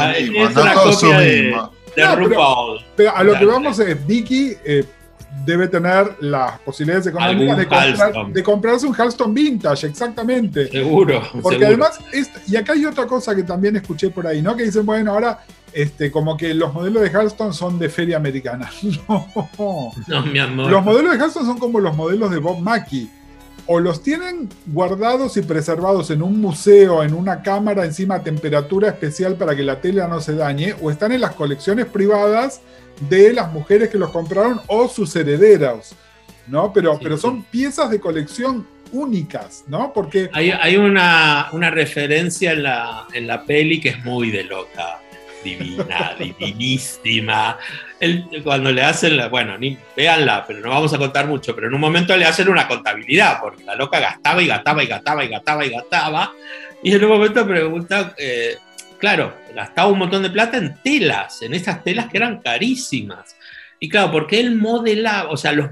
No consumimos. De RuPaul. Pero a lo que vamos es, Vicky debe tener las posibilidades económicas de comprarse un halston vintage, exactamente. Seguro. Porque además, y acá hay otra cosa que también escuché por ahí, ¿no? Que dicen, bueno, ahora como que los modelos de halston son de feria americana. No, mi amor. Los modelos de halston son como los modelos de Bob Mackie. O los tienen guardados y preservados en un museo, en una cámara encima a temperatura especial para que la tela no se dañe, o están en las colecciones privadas de las mujeres que los compraron o sus herederos, ¿no? Pero son piezas de colección únicas, ¿no? Porque hay una referencia en la peli que es muy de loca, divina, divinísima. Cuando le hacen, véanla, pero no vamos a contar mucho, pero en un momento le hacen una contabilidad, porque la loca gastaba y gastaba y gastaba y gastaba y gastaba, y en un momento pregunta, claro, gastaba un montón de plata en telas, en esas telas que eran carísimas. Y claro, porque él modelaba, o sea, los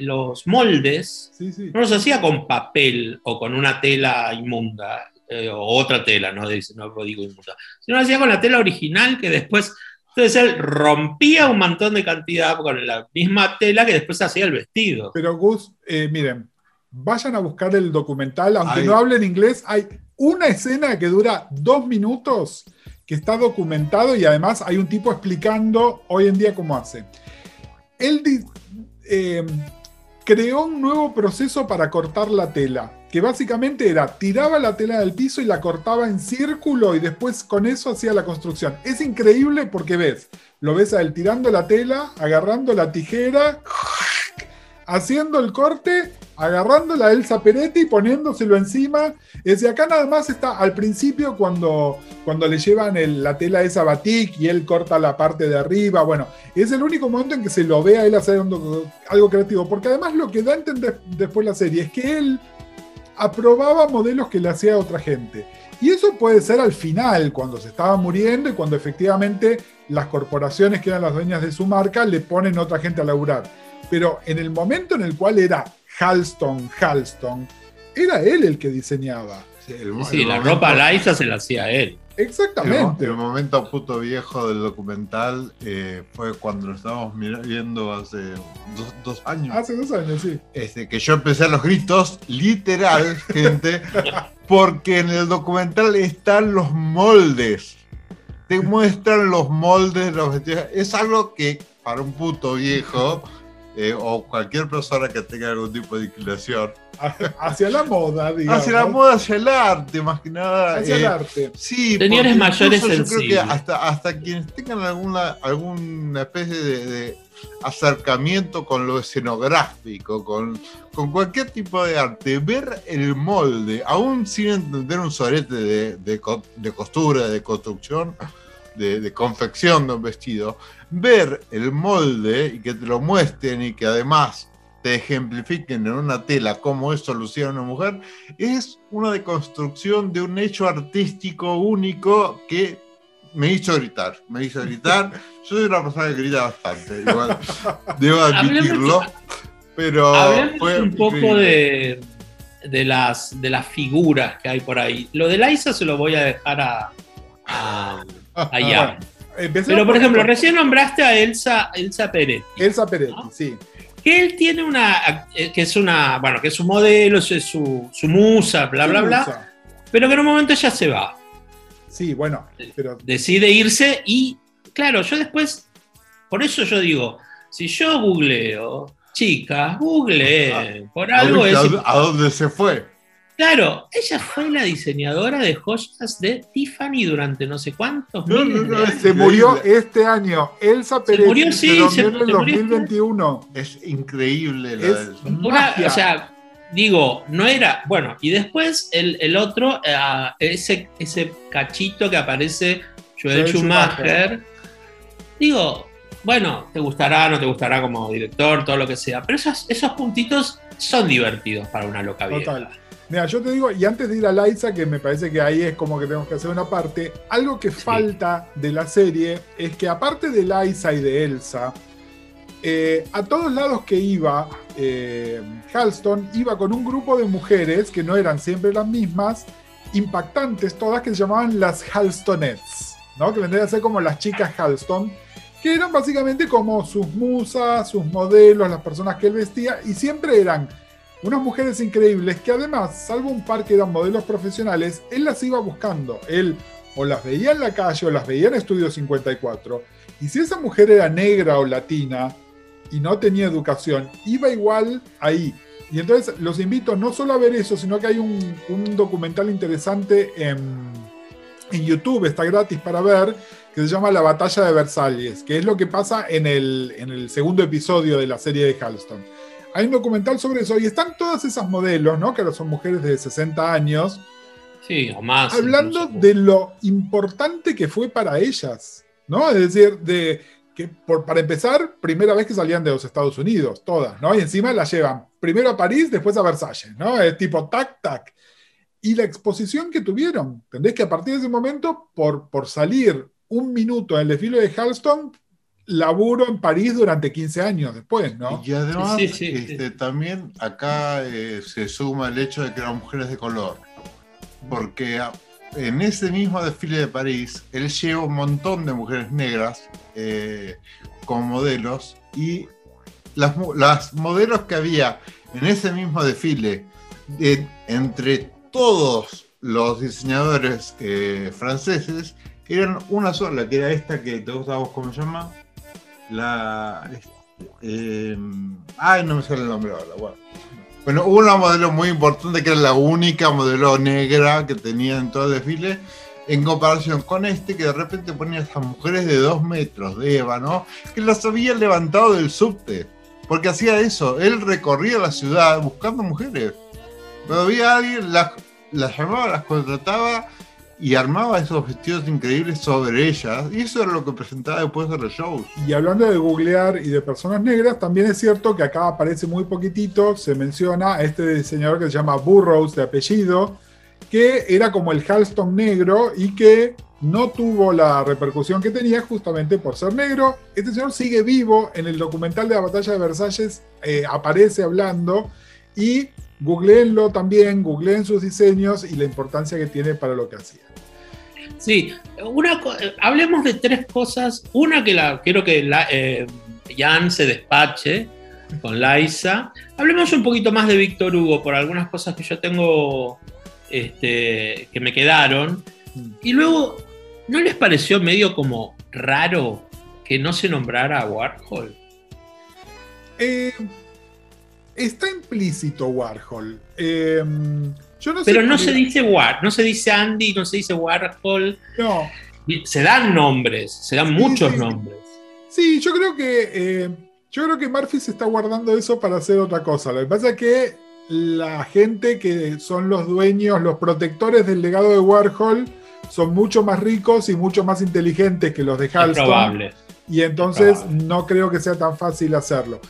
moldes no los hacía con papel o con una tela inmunda, o otra tela, no digo inmunda, sino lo hacía con la tela original que después, entonces él rompía un montón de cantidad con la misma tela que después hacía el vestido. Pero Gus, miren, vayan a buscar el documental, aunque no hablen inglés, hay una escena que dura 2 minutos que está documentado y además hay un tipo explicando hoy en día cómo hace. Él creó un nuevo proceso para cortar la tela, que básicamente era, tiraba la tela del piso y la cortaba en círculo y después con eso hacía la construcción. Es increíble porque lo ves a él tirando la tela, agarrando la tijera, haciendo el corte, agarrando la Elsa Peretti y poniéndoselo encima. Es decir, acá nada más está al principio cuando le llevan la tela esa batik y él corta la parte de arriba. Bueno, es el único momento en que se lo ve a él hacer algo creativo, porque además lo que da a entender después la serie es que él aprobaba modelos que le hacía otra gente. Y eso puede ser al final, cuando se estaba muriendo y cuando efectivamente las corporaciones que eran las dueñas de su marca le ponen otra gente a laburar. Pero en el momento en el cual era Halston, era él el que diseñaba. La ropa Liza se la hacía él. Exactamente. El momento puto viejo del documental fue cuando lo estábamos viendo hace 2 años. Hace 2 años, sí. Que yo empecé a los gritos, literal, gente, porque en el documental están los moldes. Te muestran los moldes de los vestidos. Es algo que para un puto viejo o cualquier persona que tenga algún tipo de inclinación hacia la moda, digamos. Hacia la moda, hacia el arte, más que nada. Hacia el arte. Sí, señores mayores sensibles. Yo creo que hasta quienes tengan alguna especie de acercamiento con lo escenográfico, con cualquier tipo de arte, ver el molde, aún sin entender un sorete de costura, de construcción, de confección de un vestido, ver el molde y que te lo muestren y que además te ejemplifiquen en una tela cómo eso lucía una mujer, es una deconstrucción de un hecho artístico único que me hizo gritar. Yo soy una persona que grita bastante, igual, debo admitirlo. Pero hablemos un poco de las figuras que hay por ahí. Lo de Liza se lo voy a dejar a Ian. Pero, por ejemplo, recién nombraste a Elsa Peretti. Elsa Peretti, ¿no? Sí. Que él tiene que es su modelo, es su musa, bla, bla, bla. Pero que en un momento ella se va. Sí, bueno, pero... Decide irse y, claro, yo después, por eso yo digo, si yo googleo, chicas, googleen, por algo es... ¿A dónde se fue? Claro, ella fue la diseñadora de joyas de Tiffany durante no sé cuántos miles de años. Se murió este año. Elsa Peretti se murió, sí, se murió en el 2021. Es increíble. O sea, digo, no era... Bueno, y después el otro, ese cachito que aparece, Joel Schumacher. Digo, bueno, te gustará, no te gustará como director, todo lo que sea, pero esos puntitos son divertidos para una loca vieja. Total. Mira, yo te digo, y antes de ir a Liza, que me parece que ahí es como que tenemos que hacer una parte, algo que falta de la serie es que aparte de Liza y de Elsa, a todos lados que iba, Halston iba con un grupo de mujeres, que no eran siempre las mismas, impactantes todas, que se llamaban las Halstonettes, ¿no? Que vendrían a ser como las chicas Halston, que eran básicamente como sus musas, sus modelos, las personas que él vestía, y siempre eran unas mujeres increíbles que además, salvo un par que eran modelos profesionales, él las iba buscando. Él o las veía en la calle o las veía en Estudio 54. Y si esa mujer era negra o latina y no tenía educación, iba igual ahí. Y entonces los invito no solo a ver eso, sino que hay un documental interesante en YouTube, está gratis para ver, que se llama La Batalla de Versalles, que es lo que pasa en el segundo episodio de la serie de Halston. Hay un documental sobre eso y están todas esas modelos, ¿no? Que ahora son mujeres de 60 años. Sí, o más. Hablando incluso de lo importante que fue para ellas, ¿no? Es decir, para empezar, primera vez que salían de los Estados Unidos, todas, ¿no? Y encima las llevan primero a París, después a Versalles, ¿no? Es tipo tac, tac. Y la exposición que tuvieron, ¿entendés? Que a partir de ese momento, por salir un minuto en el desfile de Halston, laburo en París durante 15 años después, ¿no? Y además, sí. también acá se suma el hecho de que eran mujeres de color. Porque en ese mismo desfile de París, él lleva un montón de mujeres negras como modelos, y las modelos que había en ese mismo desfile, entre todos los diseñadores franceses, eran una sola, que era esta que te gusta a vos, ¿cómo se llama? No me sale el nombre ahora. Bueno, hubo una modelo muy importante que era la única modelo negra que tenía en todo el desfile, en comparación con que de repente ponía a esas mujeres de 2 metros de ébano, que las había levantado del subte, porque hacía eso, él recorría la ciudad buscando mujeres. Cuando había alguien, las llamaba, las contrataba y armaba esos vestidos increíbles sobre ellas, y eso era lo que presentaba después de los shows. Y hablando de googlear y de personas negras, también es cierto que acá aparece muy poquitito, se menciona a este diseñador que se llama Burroughs de apellido, que era como el Halston negro y que no tuvo la repercusión que tenía justamente por ser negro. Este señor sigue vivo, en el documental de la Batalla de Versalles aparece hablando, y googleenlo también, googleen sus diseños y la importancia que tiene para lo que hacía. Sí, hablemos de 3 cosas. Una que quiero que Jan se despache con Liza. Hablemos un poquito más de Víctor Hugo por algunas cosas que yo tengo que me quedaron. Y luego, ¿no les pareció medio como raro que no se nombrara a Warhol? Está implícito Warhol. Yo no sé. Pero no se dice no se dice Andy, no se dice Warhol. No. Se dan nombres, se dan muchos nombres. Sí, yo creo que Murphy se está guardando eso para hacer otra cosa. Lo que pasa es que la gente que son los dueños, los protectores del legado de Warhol, son mucho más ricos y mucho más inteligentes que los de Halston. Es probable. Y entonces no creo que sea tan fácil hacerlo.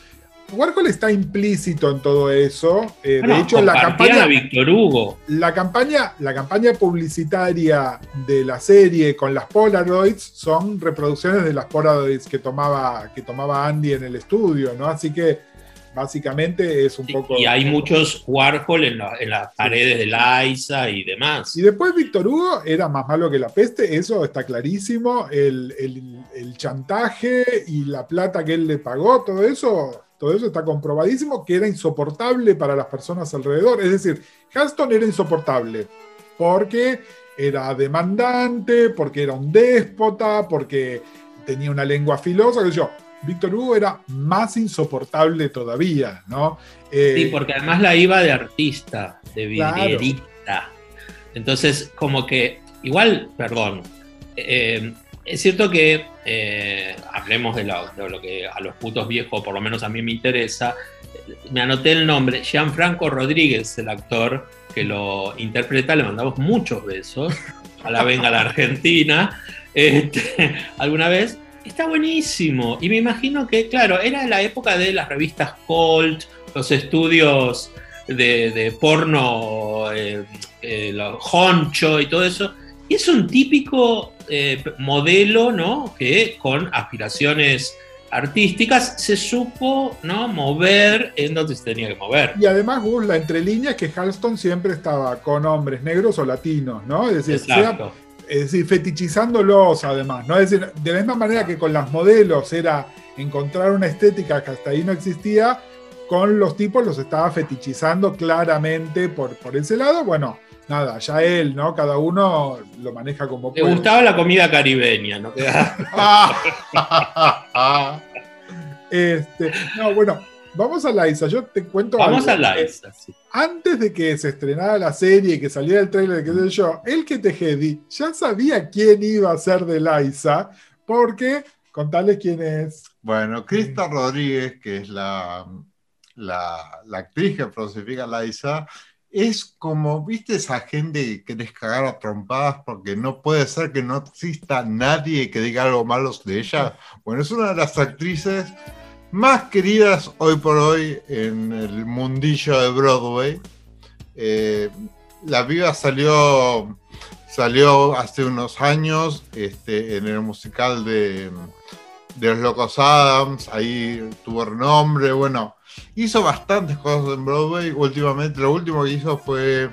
Warhol está implícito en todo eso. Bueno, de hecho, la campaña a Víctor Hugo. La campaña publicitaria de la serie con las Polaroids son reproducciones de las Polaroids que tomaba Andy en el estudio, ¿no? Así que básicamente es un poco... Y hay muchos Warhol en las paredes de Liza y demás. Y después Víctor Hugo era más malo que la peste, eso está clarísimo. El chantaje y la plata que él le pagó, todo eso está comprobadísimo, que era insoportable para las personas alrededor. Es decir, Halston era insoportable porque era demandante, porque era un déspota, porque tenía una lengua filosa, qué sé yo. Víctor Hugo era más insoportable todavía, ¿no? Sí, porque además la iba de artista, de vidrierista. Claro. Entonces, como que, igual, perdón, es cierto que hablemos de lo que a los putos viejos, por lo menos a mí me interesa. Me anoté el nombre, Gianfranco Rodríguez, el actor que lo interpreta, le mandamos muchos besos. Ojalá venga a la Argentina alguna vez. Está buenísimo. Y me imagino que, claro, era la época de las revistas Colt, los estudios de porno, los Honcho y todo eso. Y es un típico modelo, ¿no? Que con aspiraciones artísticas se supo, ¿no?, mover en donde se tenía que mover. Y además, Gus, la entrelínea es que Halston siempre estaba con hombres negros o latinos, ¿no? Es decir, fetichizándolos además, ¿no? Es decir, de la misma manera que con las modelos era encontrar una estética que hasta ahí no existía, con los tipos los estaba fetichizando claramente por ese lado. Bueno, nada, ya él, ¿no? Cada uno lo maneja como puede. Le gustaba la comida caribeña, ¿no? No, bueno, vamos a Liza. Yo te cuento Vamos algo. A Liza, sí. Antes de que se estrenara la serie y que saliera el tráiler, qué sé yo, el que Tejedi ya sabía quién iba a ser de Liza, porque, contales quién es. Bueno, Krista Rodríguez, que es la actriz que personifica a Liza, es como, ¿viste esa gente que querés cagar a trompadas porque no puede ser que no exista nadie que diga algo malo de ella? Bueno, es una de las actrices más queridas hoy por hoy en el mundillo de Broadway. La piba salió hace unos años en el musical de Los Locos Adams, ahí tuvo renombre. Bueno, hizo bastantes cosas en Broadway. Últimamente, lo último que hizo fue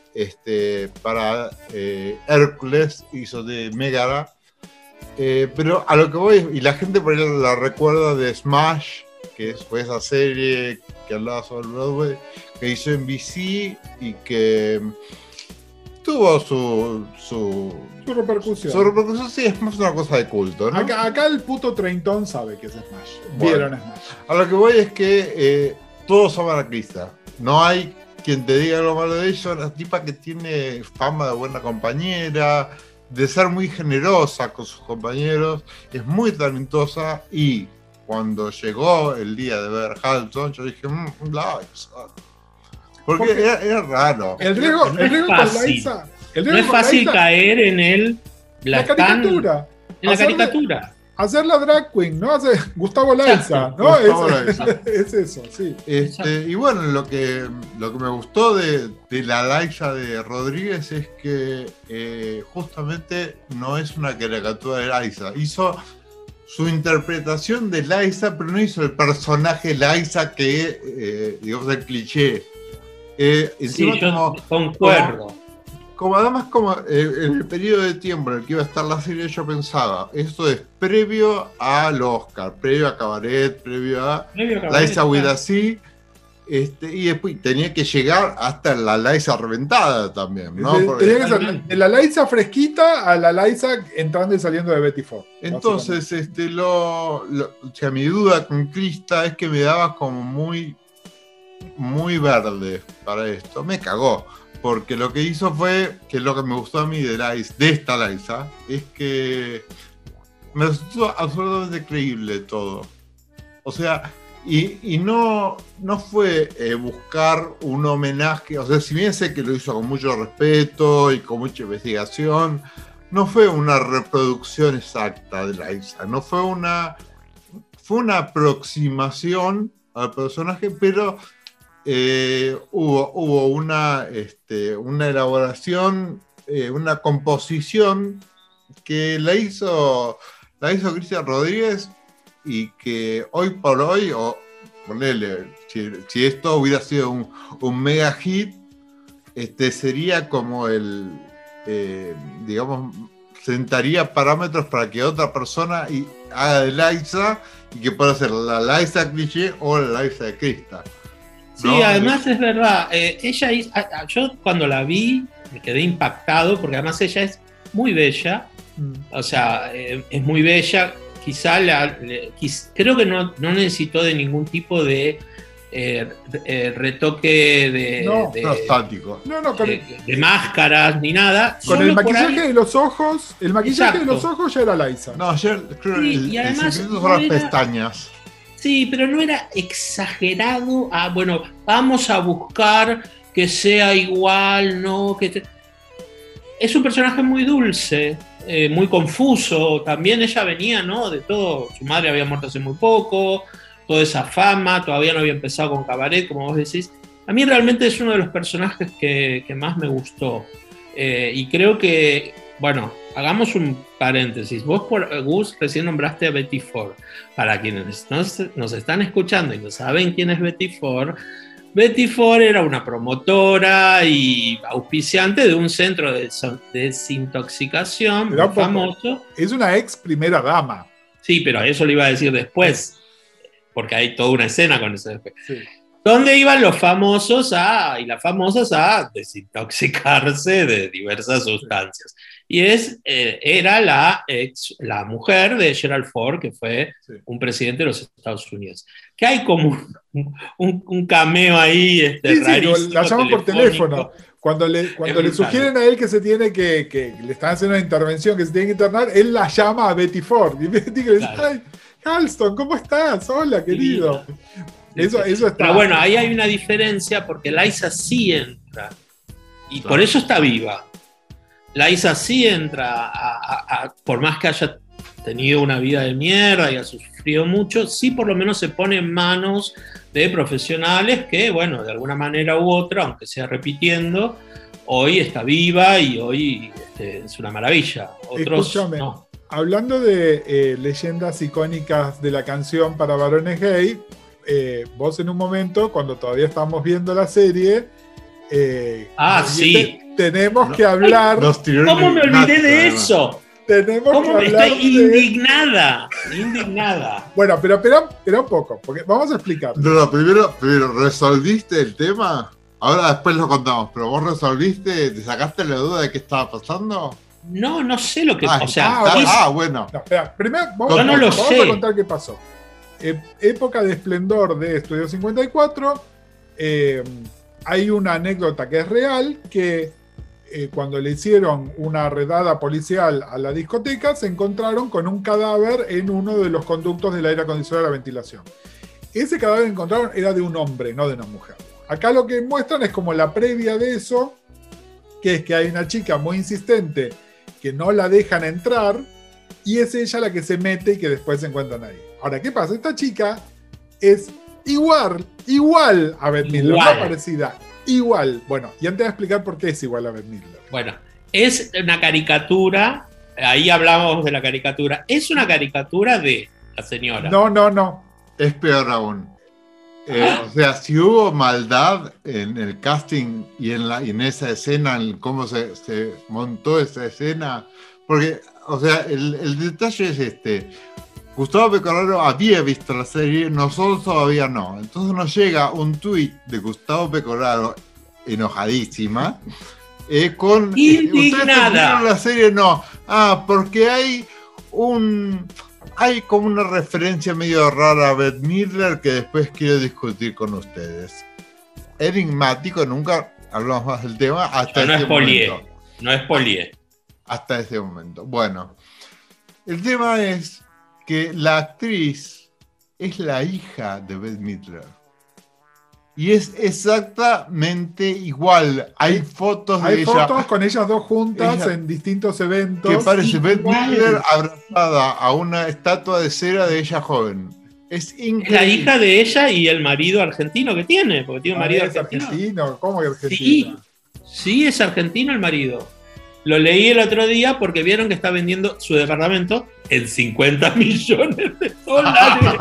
para Hércules, hizo de Megara. Pero a lo que voy, y la gente por ahí la recuerda de Smash, que fue esa serie que hablaba sobre Broadway, que hizo NBC y que tuvo su repercusión. Su repercusión, sí, es más una cosa de culto, ¿no? Acá el puto treintón sabe que es Smash. Bueno, vieron Smash. A lo que voy es que todos aman a Krista. No hay quien te diga lo malo de ella. Es una tipa que tiene fama de buena compañera, de ser muy generosa con sus compañeros, es muy talentosa. Y cuando llegó el día de ver Halston, yo dije, Liza. Porque era raro. El riesgo con Liza. No es fácil caer en la caricatura. En la caricatura. Hacer la drag queen, ¿no? Gustavo Liza, ¿no? Es eso, sí. Y bueno, lo que me gustó de la Liza de Rodríguez es que justamente no es una caricatura de Liza. Hizo su interpretación de Liza, pero no hizo el personaje Liza que, digamos, el cliché. Encima, sí, yo concuerdo. Además, en el periodo de tiempo en el que iba a estar la serie, yo pensaba, esto es previo al Oscar, previo a Cabaret, previo a Liza with a C, y después tenía que llegar hasta la Liza reventada también, ¿no? Tenía que ser de la Liza fresquita a la Liza entrando y saliendo de Betty Ford. Entonces, mi duda con Krista es que me daba como muy, muy verde para esto. Me cagó. Porque lo que hizo fue, que es lo que me gustó a mí de esta Liza, es que me resultó absolutamente creíble todo. O sea, y no fue buscar un homenaje, o sea, si bien sé que lo hizo con mucho respeto y con mucha investigación, no fue una reproducción exacta de Liza, no fue una aproximación al personaje, pero hubo una elaboración, una composición que la hizo Cristian Rodríguez y que hoy por hoy, o ponele, si esto hubiera sido un mega hit, sería como digamos, sentaría parámetros para que otra persona haga de Liza y que pueda ser la Liza cliché o la Liza de Krista. Sí, ¿no? Además es verdad, yo cuando la vi me quedé impactado porque además ella es muy bella, o sea, es muy bella, quizá creo que no necesitó de ningún tipo de retoque prostático. De máscaras ni nada. Con el maquillaje de los ojos, de los ojos ya era Liza. No, creo y además son las pestañas. Sí, pero no era exagerado bueno, vamos a buscar que sea igual, ¿no? Es un personaje muy dulce, muy confuso. También ella venía, ¿no? De todo. Su madre había muerto hace muy poco, toda esa fama, todavía no había empezado con Cabaret, como vos decís. A mí realmente es uno de los personajes que más me gustó. Y creo que, bueno, hagamos un paréntesis. Vos, Gus, recién nombraste a Betty Ford. Para quienes nos están escuchando y no saben quién es Betty Ford era una promotora y auspiciante de un centro de desintoxicación muy famoso. Es una ex primera dama. Sí, pero eso lo iba a decir después, porque hay toda una escena con eso después. Sí. Donde iban los famosos y las famosas a desintoxicarse de diversas sustancias. Y era la mujer de Gerald Ford, que fue un presidente de los Estados Unidos. Que hay como un cameo ahí rarísimo. La llaman por teléfono. Cuando le sugieren a él que se tiene que le están haciendo una intervención, que se tiene que internar, él la llama a Betty Ford. Y Betty le dice, ay, Halston, ¿cómo estás? Hola, querido. Eso está. Pero bueno, ahí hay una diferencia porque Liza sí entra. Y por eso está viva. Liza sí entra, por más que haya tenido una vida de mierda y ha sufrido mucho, sí por lo menos se pone en manos de profesionales que, bueno, de alguna manera u otra, aunque sea repitiendo, hoy está viva y hoy es una maravilla. Otros, escúchame, no. Hablando de leyendas icónicas de la canción para varones gay, vos en un momento, cuando todavía estábamos viendo la serie, sí. Tenemos que hablar. ¿Cómo me olvidé de eso? Tenemos que hablar. Estoy indignada. Bueno, pero espera un poco, porque vamos a explicar. No, primero, ¿resolviste el tema? Ahora después lo contamos, pero vos resolviste, ¿te sacaste la duda de qué estaba pasando? No sé lo que bueno. No, espera, primero vamos a contar qué pasó. Época de esplendor de Estudio 54, hay una anécdota que es real, que cuando le hicieron una redada policial a la discoteca, se encontraron con un cadáver en uno de los conductos del aire acondicionado de la ventilación. Ese cadáver que encontraron era de un hombre, no de una mujer. Acá lo que muestran es como la previa de eso, que es que hay una chica muy insistente que no la dejan entrar, y es ella la que se mete y que después se encuentran ahí. Ahora, ¿qué pasa? Esta chica es igual a Bette Midler, no parecida, igual. Bueno, y antes de explicar por qué es igual a Bette Midler. Bueno, es una caricatura, ahí hablamos de la caricatura, es una caricatura de la señora. No. Es peor aún. O sea, si hubo maldad en el casting y en esa escena, en cómo se montó esa escena, porque, o sea, el detalle es Gustavo Pecoraro había visto la serie, nosotros todavía no. Entonces nos llega un tuit de Gustavo Pecoraro enojadísima con indignada. ¿Ustedes vieron la serie? No. Porque hay como una referencia medio rara a Bette Midler que después quiero discutir con ustedes. Enigmático, nunca hablamos más del tema hasta ese momento. No es polié. Hasta ese momento. Bueno, el tema es que la actriz es la hija de Bette Midler. Y es exactamente igual. Hay fotos de ella. Hay fotos con ellas dos juntas en distintos eventos. Que parece Bette Midler abrazada a una estatua de cera de ella joven. Es Es increíble. la hija de ella y el marido argentino que tiene, porque tiene un marido ¿Es argentino. argentino? ¿Cómo que argentino? Sí, es argentino el marido. Lo leí el otro día porque vieron que está vendiendo su departamento en 50 millones de dólares.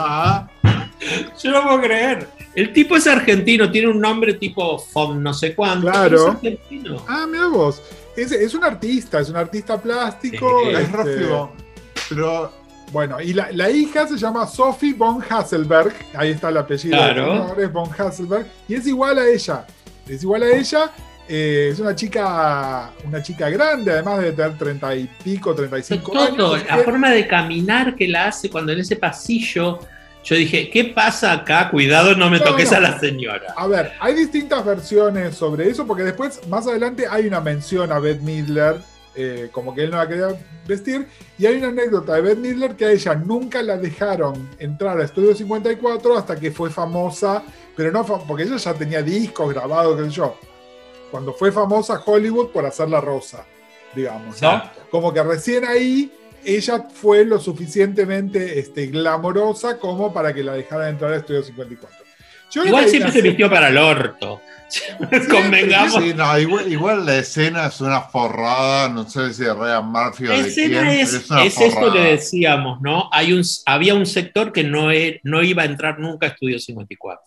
Yo no puedo creer. El tipo es argentino, tiene un nombre tipo Fon no sé cuánto. Claro. pero es argentino. Ah, mira vos. Es un artista plástico. Sí. Es rápido. Pero Bueno, y la hija se llama Sophie von Hasselberg. Ahí está el apellido. Claro. Señor, es von Hasselberg. Y es igual a ella. Es igual a ella. Es una chica grande, además de tener 30 y pico, 35 Todo, años. la forma de caminar que la hace cuando en ese pasillo. Yo dije, ¿qué pasa acá? Cuidado, no me No, toques no. a la señora. A ver, hay distintas versiones sobre eso, porque después, más adelante, hay una mención a Bette Midler, como que él no la quería vestir, y hay una anécdota de Bette Midler que a ella nunca la dejaron entrar a Estudio 54 hasta que fue famosa, pero no porque ella ya tenía discos grabados, qué sé yo, cuando fue famosa Hollywood por hacer La Rosa, digamos, ¿no? Exacto. Como que recién ahí ella fue lo suficientemente glamorosa como para que la dejaran entrar a Estudio 54. Yo creo Igual que hay siempre una- se vistió para el orto. Convengamos. sí, no, igual la escena es una forrada, no sé si de Ryan Murphy o La de quién, escena pero es una esto forrada. que decíamos, ¿no? Había un sector que no iba a entrar nunca a Estudio 54.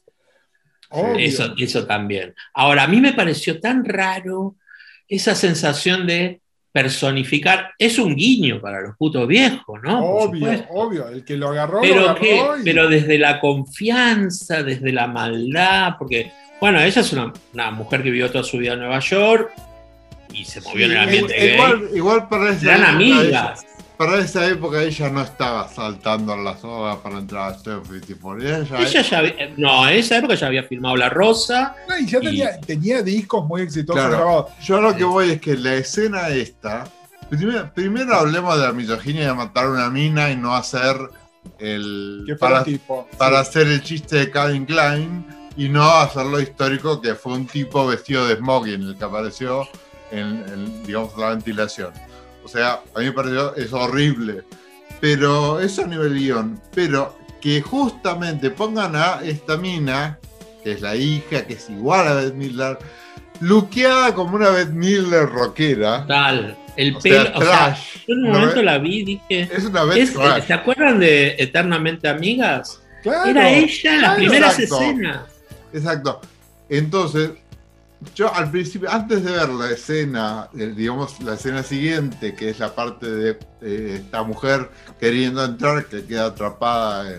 Obvio. Eso también. Ahora, a mí me pareció tan raro esa sensación de personificar. Es un guiño para los putos viejos, ¿no? Por Obvio, supuesto. obvio. El que lo agarró, Pero, lo agarró. pero desde la confianza, desde la maldad, porque, bueno, ella es una mujer que vivió toda su vida en Nueva York y se movió en el ambiente gay. Igual para esa Eran época amigas. para esa época ella no estaba saltando en la soga para entrar a Studio 54. Ella ya en esa época ya había filmado La Rosa. No, y ya tenía discos muy exitosos Claro. grabados. Yo lo que voy es que la escena esta. Primero hablemos de la misoginia de matar a una mina y no hacer el. Que fue un tipo. Para Sí. hacer el chiste de Calvin Klein y no hacerlo histórico, que fue un tipo vestido de smoking el que apareció en digamos, la ventilación. O sea, a mí me pareció, es horrible. Pero eso a nivel guión. Pero que justamente pongan a esta mina, que es la hija, que es igual a Bette Midler, luqueada como una Bette Midler rockera. Tal. El O pelo. sea, O sea, trash. yo en un Una momento Bette- la vi y dije. Es una Bette trash. ¿Se acuerdan de Eternamente Amigas? Claro. Era ella en las claro. primeras Exacto. escenas. Exacto. Entonces, yo al principio, antes de ver la escena, digamos, la escena siguiente, que es la parte de esta mujer queriendo entrar, que queda atrapada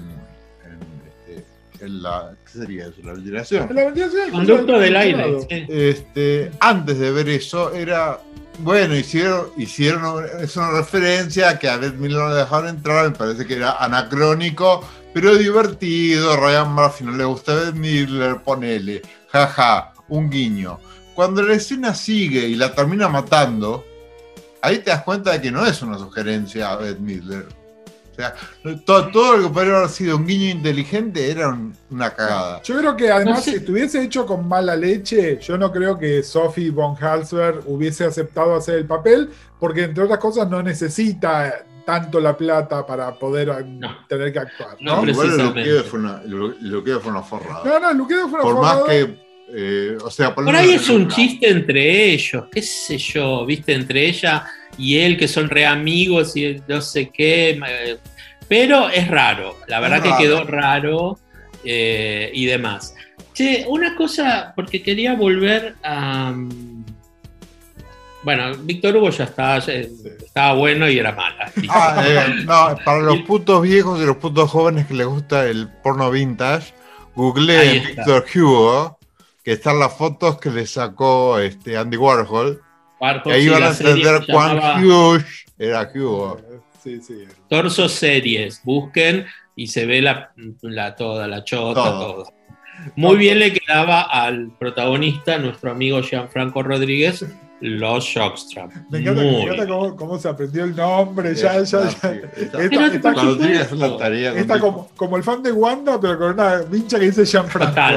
en la, ¿qué sería eso? La ventilación. La ventilación, Conducto del lado. aire. Sí. Antes de ver eso, era, bueno, hicieron es una referencia a que a Bette Midler no la dejaron entrar, me parece que era anacrónico, pero divertido. Ryan Murphy no le gusta Bette Midler, ponele, jaja, un guiño. Cuando la escena sigue y la termina matando, ahí te das cuenta de que no es una sugerencia a Bette Midler. O sea, todo lo que podría haber sido un guiño inteligente era una cagada. Yo creo que además, No sé. si estuviese hecho con mala leche, yo no creo que Sophie von Halsberg hubiese aceptado hacer el papel, porque entre otras cosas no necesita tanto la plata para poder tener que actuar, ¿no? No, Igual el precisamente. luqueo fue una forrada. No, el Luquedo fue una Por más forrada. que, o sea, Por ahí es un chiste entre ellos, qué sé yo, viste, entre ella y él, que son re amigos y no sé qué, pero es raro, la verdad Es que raro. quedó raro y demás. Che, una cosa, porque quería volver a... Bueno, Víctor Hugo ya estaba bueno y era mala. No, para los putos viejos y los putos jóvenes que les gusta el porno vintage, Ahí googleen está. Víctor Hugo, que están las fotos que le sacó Andy Warhol, y ahí van a entender cuán huge era Hugo. Sí, sí. Torso Series, busquen y se ve toda la chota, todo. Muy bien le quedaba al protagonista, nuestro amigo Gianfranco Rodríguez, los Shockstrap. Me encanta cómo se aprendió el nombre, ya. Cuando tienes una tarea. Está como el fan de Wanda, pero con una vincha que dice Gianfranco. Total.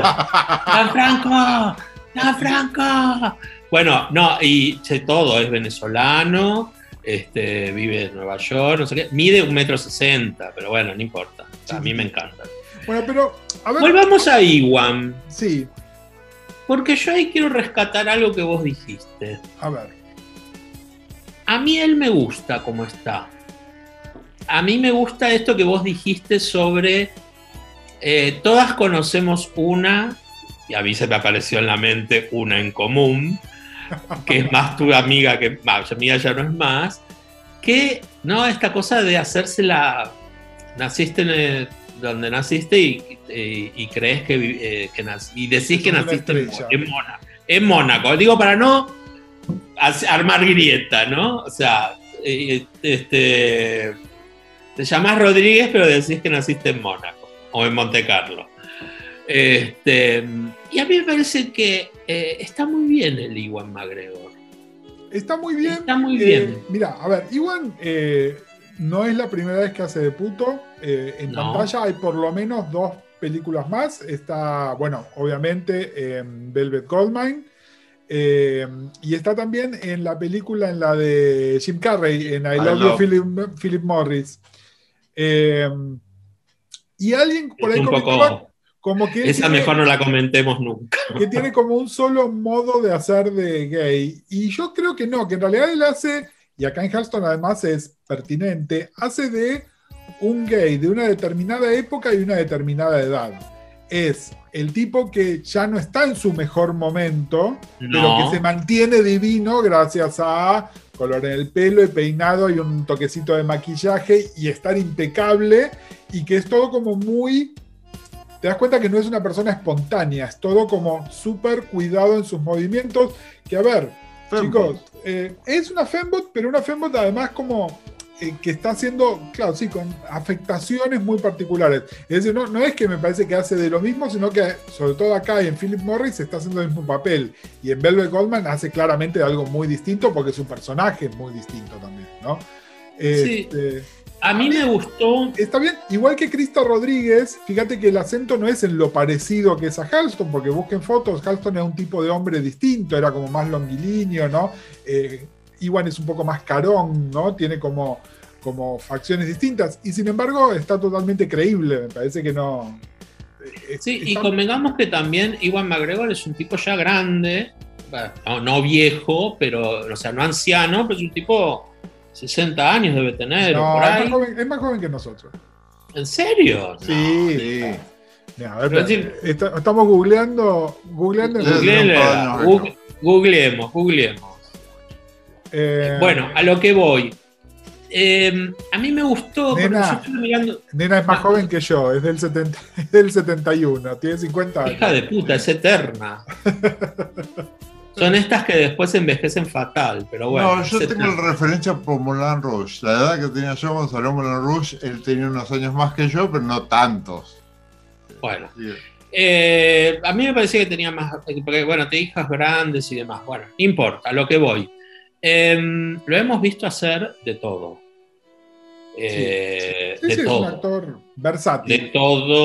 ¡Gianfranco! Bueno, no, y todo, es venezolano, vive en Nueva York, no sé qué, mide 1,60 m, pero bueno, no importa, a mí me encanta. Bueno, pero, a ver. Volvamos a Iwan. Sí. Porque yo ahí quiero rescatar algo que vos dijiste. A ver. A mí él me gusta como está. A mí me gusta esto que vos dijiste sobre todas conocemos una, y a mí se me apareció en la mente una en común, que es más tu amiga que amiga ya no es más, que no esta cosa de hacerse la naciste donde naciste y crees que y decís que naciste en Mónaco. Digo para no armar grieta, ¿no? O sea, te llamás Rodríguez pero decís que naciste en Mónaco o en Monte Carlo. Y a mí me parece que está muy bien el Ewan McGregor. Está muy bien. Está muy bien. Mira, a ver, Ewan no es la primera vez que hace de puto. En pantalla hay por lo menos 2 películas más. Está, bueno, obviamente Velvet Goldmine. Y está también en la película, en la de Jim Carrey, en I Love You, Philip Morris. Y alguien por ahí comentaba como que esa mejor no la comentemos nunca. Que tiene como un solo modo de hacer de gay. Y yo creo que no, que en realidad él hace, y acá en Halston además es pertinente, hace de un gay de una determinada época y una determinada edad. Es el tipo que ya no está en su mejor momento, pero que se mantiene divino gracias a color en el pelo y peinado y un toquecito de maquillaje y estar impecable, y que es todo como muy... Te das cuenta que no es una persona espontánea, es todo como súper cuidado en sus movimientos, que a ver, chicos, es una fembot, pero una fembot además como... que está haciendo, claro, sí, con afectaciones muy particulares. Es decir, no es que me parece que hace de lo mismo, sino que, sobre todo acá y en Philip Morris, está haciendo el mismo papel. Y en Velvet Goldmine hace claramente algo muy distinto, porque es un personaje muy distinto también, ¿no? Sí. A mí me gustó. Está bien, igual que Krista Rodríguez, fíjate que el acento no es en lo parecido que es a Halston, porque busquen fotos, Halston es un tipo de hombre distinto, era como más longilíneo, ¿no? Iwan es un poco más carón, ¿no? Tiene como facciones distintas, y sin embargo está totalmente creíble, me parece que no... Sí, y convengamos que también Ewan McGregor es un tipo ya grande, no viejo, pero, o sea, no anciano, pero es un tipo 60 años debe tener. No, por ahí. Es más joven que nosotros. ¿En serio? Sí. No. Mira, a ver, estamos googleando. Googleemos. Bueno, a lo que voy. A mí me gustó. Nena, Nena es más joven que yo, es del 71, tiene 50 años. Hija de puta, es eterna. Son estas que después envejecen fatal, pero bueno. No, yo tengo la referencia por Moulin Rouge. La edad que tenía yo cuando salió Moulin Rouge, él tenía unos años más que yo, pero no tantos. Bueno. A mí me parecía que tenía más, porque bueno, te hijas grandes y demás. Bueno, no importa, a lo que voy. Lo hemos visto hacer de todo. Sí, de todo. Es un actor versátil. De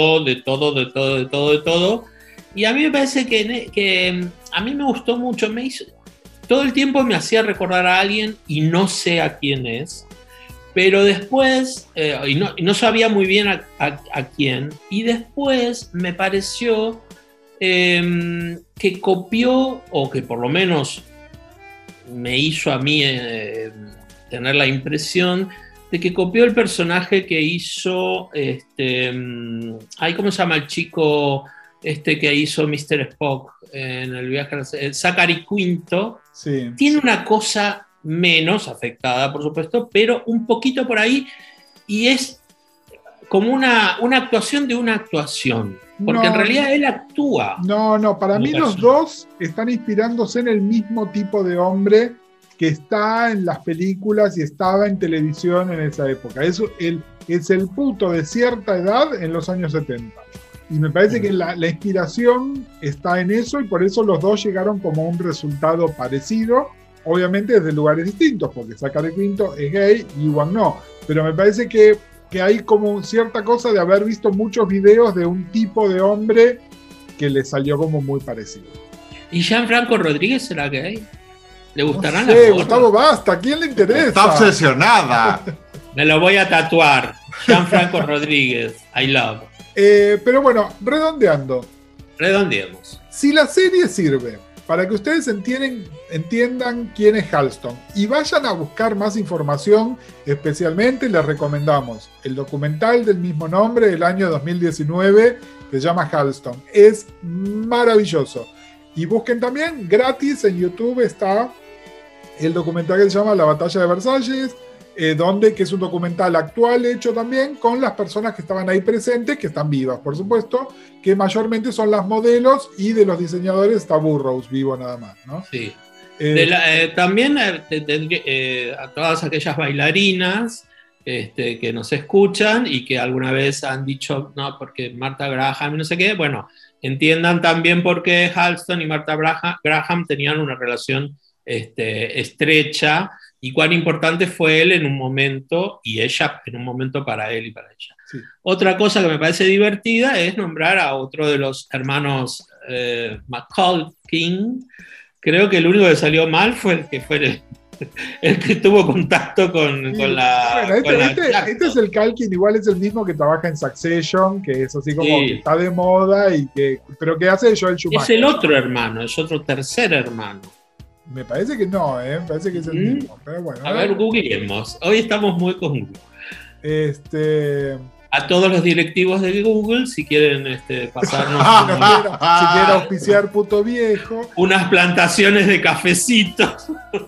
todo. Y a mí me parece que a mí me gustó mucho. Todo el tiempo me hacía recordar a alguien y no sé a quién es. Pero después, y no sabía muy bien a quién. Y después me pareció que copió, o que por lo menos me hizo a mí tener la impresión de que copió el personaje que hizo ¿cómo se llama el chico que hizo Mr. Spock en el viaje? Zachary Quinto. Sí. Tiene una cosa menos afectada, por supuesto, pero un poquito por ahí, y es como una actuación de una actuación. Porque en realidad él actúa. No, para mí los dos están inspirándose en el mismo tipo de hombre que está en las películas y estaba en televisión en esa época. Es el puto de cierta edad en los años 70. Y me parece que la inspiración está en eso, y por eso los dos llegaron como a un resultado parecido, obviamente desde lugares distintos, porque Zachary Quinto es gay y Ewan no. Pero me parece que hay como cierta cosa de haber visto muchos videos de un tipo de hombre que le salió como muy parecido. ¿Y Gianfranco Rodríguez será gay? ¿Le gustarán las fotos? Gustavo, basta, ¿a quién le interesa? Está obsesionada. Me lo voy a tatuar. Gianfranco Rodríguez, I love. Pero bueno, redondeando. Redondeemos. Si la serie sirve para que ustedes entiendan quién es Halston y vayan a buscar más información, especialmente les recomendamos el documental del mismo nombre del año 2019 que se llama Halston. Es maravilloso. Y busquen también, gratis en YouTube está el documental que se llama La Batalla de Versalles, que es un documental actual hecho también con las personas que estaban ahí presentes, que están vivas, por supuesto, que mayormente son las modelos, y de los diseñadores está Burroughs vivo nada más, ¿no? Sí. También a todas aquellas bailarinas que nos escuchan y que alguna vez han dicho, no, porque Martha Graham y no sé qué, bueno, entiendan también por qué Halston y Martha Graham tenían una relación estrecha, y cuán importante fue él en un momento y ella en un momento para él y para ella. Sí. Otra cosa que me parece divertida es nombrar a otro de los hermanos McCulkin. Creo que el único que salió mal fue el que tuvo contacto con la... Bueno, este es el Culkin, igual es el mismo que trabaja en Succession, que es así como que está de moda, pero que hace Joel Schumacher. Es el otro hermano, es otro tercer hermano. Me parece que no, me parece que es el mismo. Pero bueno, a ver, googleemos. Hoy estamos muy con Google. A todos los directivos de Google, si quieren pasarnos si quieren auspiciar puto viejo, unas plantaciones de cafecitos.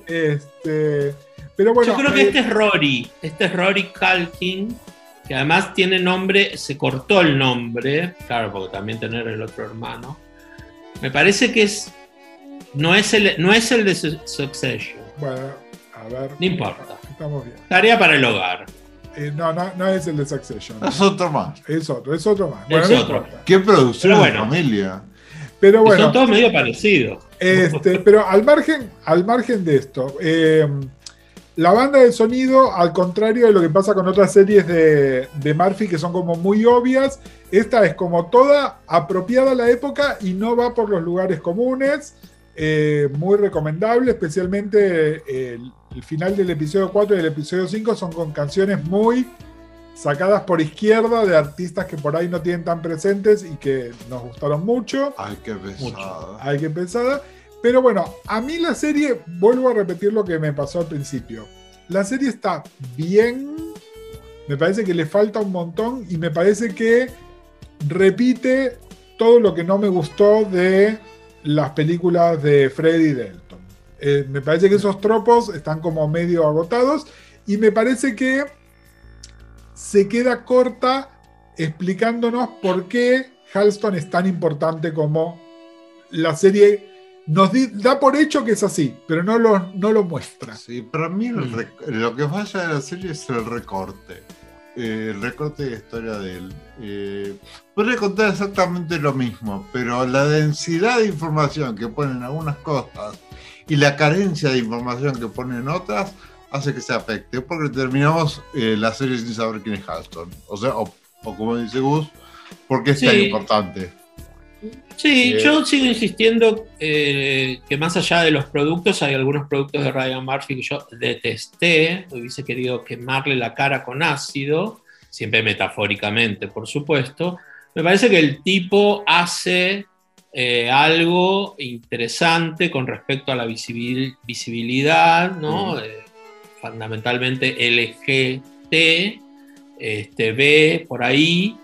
Pero bueno, yo creo que este es Rory Culkin, que además tiene nombre, se cortó el nombre, claro, porque también tener el otro hermano. Me parece que no es el de Succession. Bueno, a ver. No importa. Estamos bien. Tarea para el hogar. No es el de Succession. Es otro más. Es otro más. Bueno, es otro. Qué producción de familia. Pero bueno. Son todos medio parecidos. Pero al margen de esto, la banda de sonido, al contrario de lo que pasa con otras series de Murphy que son como muy obvias, esta es como toda apropiada a la época y no va por los lugares comunes. Muy recomendable, especialmente el final del episodio 4 y el episodio 5 son con canciones muy sacadas por izquierda de artistas que por ahí no tienen tan presentes y que nos gustaron mucho. Ay, qué pesada. Ay, qué pesada. Pero bueno, a mí la serie, vuelvo a repetir lo que me pasó al principio. La serie está bien, me parece que le falta un montón y me parece que repite todo lo que no me gustó de las películas de Freddy Delton. Me parece que esos tropos están como medio agotados y me parece que se queda corta explicándonos por qué Halston es tan importante como la serie nos da por hecho que es así, pero no lo muestra. Sí, para mí lo que falla de la serie es el recorte. El recorte de historia de él. Podría contar exactamente lo mismo, pero la densidad de información que ponen algunas cosas y la carencia de información que ponen otras hace que se afecte, porque terminamos la serie sin saber quién es Halston. O sea, o como dice Gus, ¿por qué es tan importante? Sí, yo sigo insistiendo que más allá de los productos, hay algunos productos de Ryan Murphy que yo detesté, hubiese querido quemarle la cara con ácido, siempre metafóricamente, por supuesto. Me parece que el tipo hace algo interesante con respecto a la visibilidad, ¿no? Fundamentalmente LGBT, B por ahí,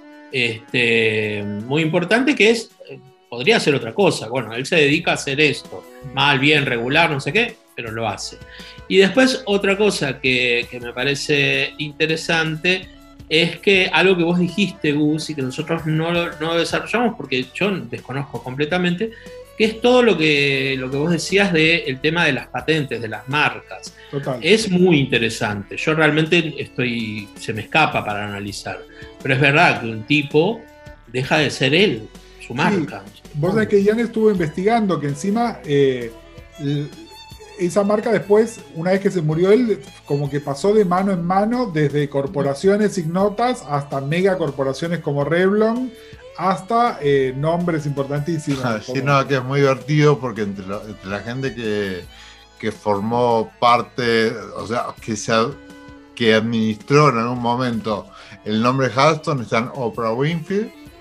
muy importante, que es, podría ser otra cosa. Bueno, él se dedica a hacer esto, mal, bien, regular, no sé qué, pero lo hace. Y después otra cosa que me parece interesante es que algo que vos dijiste, Gus, y que nosotros no desarrollamos porque yo desconozco completamente, que es todo lo que vos decías del tema de las patentes, de las marcas. Total. Es muy interesante. Yo realmente se me escapa para analizar. Pero es verdad que un tipo deja de ser él, su marca. Sí. Vos sabés que Ian estuvo investigando que encima esa marca después, una vez que se murió él, como que pasó de mano en mano desde corporaciones ignotas hasta megacorporaciones como Revlon, hasta nombres importantísimos. Sí, no, que es muy divertido porque entre la gente que formó parte, o sea, que administró en algún momento el nombre Halston, están Oprah Winfrey,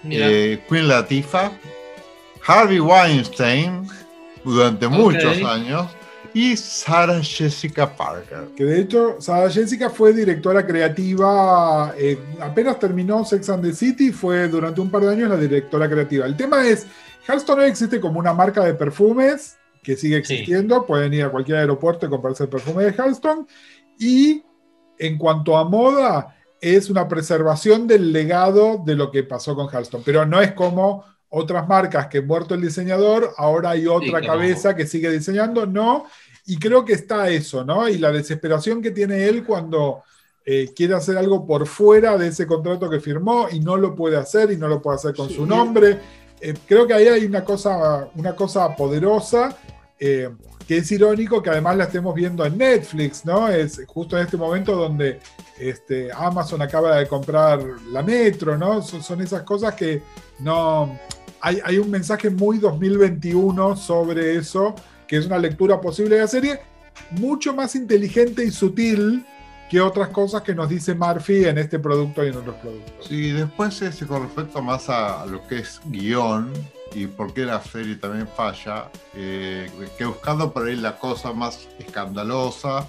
Queen Latifah, Harvey Weinstein durante muchos años y Sarah Jessica Parker. Que de hecho, Sarah Jessica fue directora creativa, apenas terminó Sex and the City, fue durante un par de años la directora creativa. El tema es, Halston hoy existe como una marca de perfumes que sigue existiendo, pueden ir a cualquier aeropuerto y comprarse el perfume de Halston, y en cuanto a moda, es una preservación del legado de lo que pasó con Halston, pero no es como otras marcas que muerto el diseñador, ahora hay otra cabeza que sigue diseñando, no, y creo que está eso, ¿no? Y la desesperación que tiene él cuando quiere hacer algo por fuera de ese contrato que firmó y no lo puede hacer, y no lo puede hacer con su nombre. Creo que ahí hay una cosa poderosa, que es irónico que además la estemos viendo en Netflix, ¿no? Es justo en este momento donde Amazon acaba de comprar la Metro, ¿no? Son esas cosas que no... Hay un mensaje muy 2021 sobre eso, que es una lectura posible de la serie, mucho más inteligente y sutil que otras cosas que nos dice Murphy en este producto y en otros productos. Sí, después con respecto más a lo que es guión y por qué la serie también falla, que buscando por ahí la cosa más escandalosa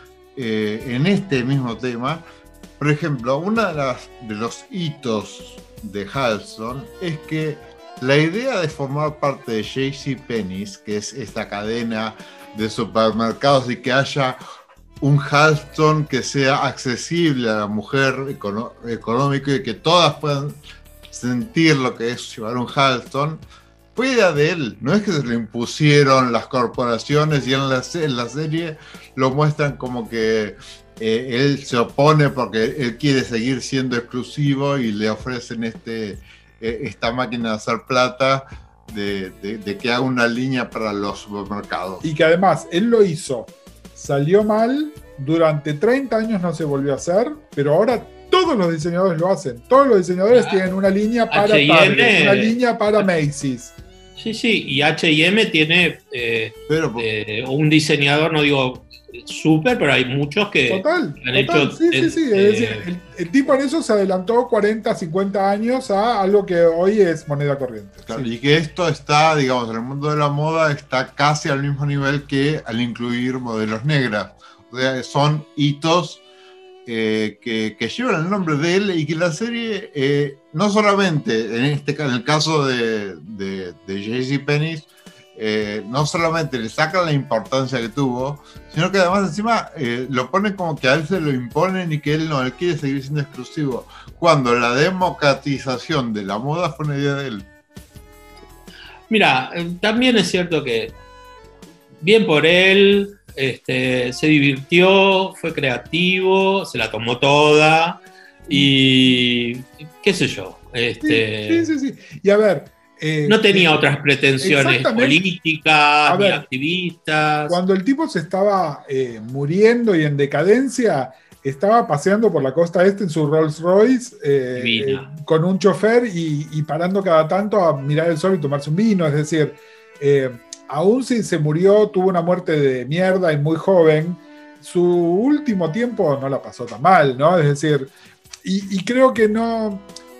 en este mismo tema. Por ejemplo, uno de los hitos de Halston es que la idea de formar parte de JCPenney, que es esta cadena de supermercados, y que haya un Halston que sea accesible a la mujer económico y que todas puedan sentir lo que es llevar un Halston, fue idea de él. No es que se lo impusieron las corporaciones, y en la serie lo muestran como que él se opone porque él quiere seguir siendo exclusivo y le ofrecen esta máquina de hacer plata de que haga una línea para los supermercados. Y que además él lo hizo, salió mal, durante 30 años no se volvió a hacer, pero ahora todos los diseñadores lo hacen. Todos los diseñadores tienen una línea para Target, una línea para Macy's. Sí, y H&M tiene un diseñador, no digo súper, pero hay muchos que total, hecho... Sí. Es decir, el tipo en eso se adelantó 40, 50 años a algo que hoy es moneda corriente. Claro, sí. Y que esto está, digamos, en el mundo de la moda, está casi al mismo nivel que al incluir modelos negras. O sea, son hitos que llevan el nombre de él, y que la serie, no solamente en el caso de JCPenney, no solamente le sacan la importancia que tuvo, sino que además encima lo ponen como que a él se lo imponen y que él quiere seguir siendo exclusivo, cuando la democratización de la moda fue una idea de él. Mira, también es cierto que bien por él, se divirtió, fue creativo, se la tomó toda y qué sé yo. Sí. Y a ver, no tenía otras pretensiones políticas ni activistas. Cuando el tipo se estaba muriendo y en decadencia, estaba paseando por la costa este en su Rolls Royce con un chofer y parando cada tanto a mirar el sol y tomarse un vino. Es decir, aún si se murió, tuvo una muerte de mierda y muy joven, su último tiempo no la pasó tan mal, ¿no? Es decir, y creo que no...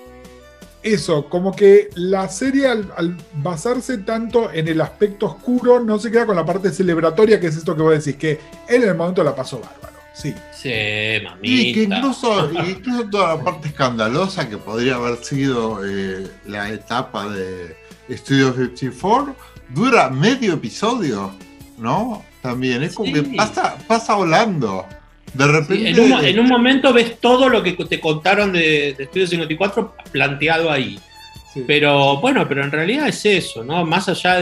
Eso, como que la serie al basarse tanto en el aspecto oscuro, no se queda con la parte celebratoria, que es esto que vos decís, que él en el momento la pasó bárbaro. Sí, mamita. Y que incluso toda la parte escandalosa que podría haber sido la etapa de Studio 54, dura medio episodio, ¿no? También es como que pasa volando. De repente, en un momento ves todo lo que te contaron de Studio 54 planteado ahí. Sí. Pero en realidad es eso, ¿no? Más allá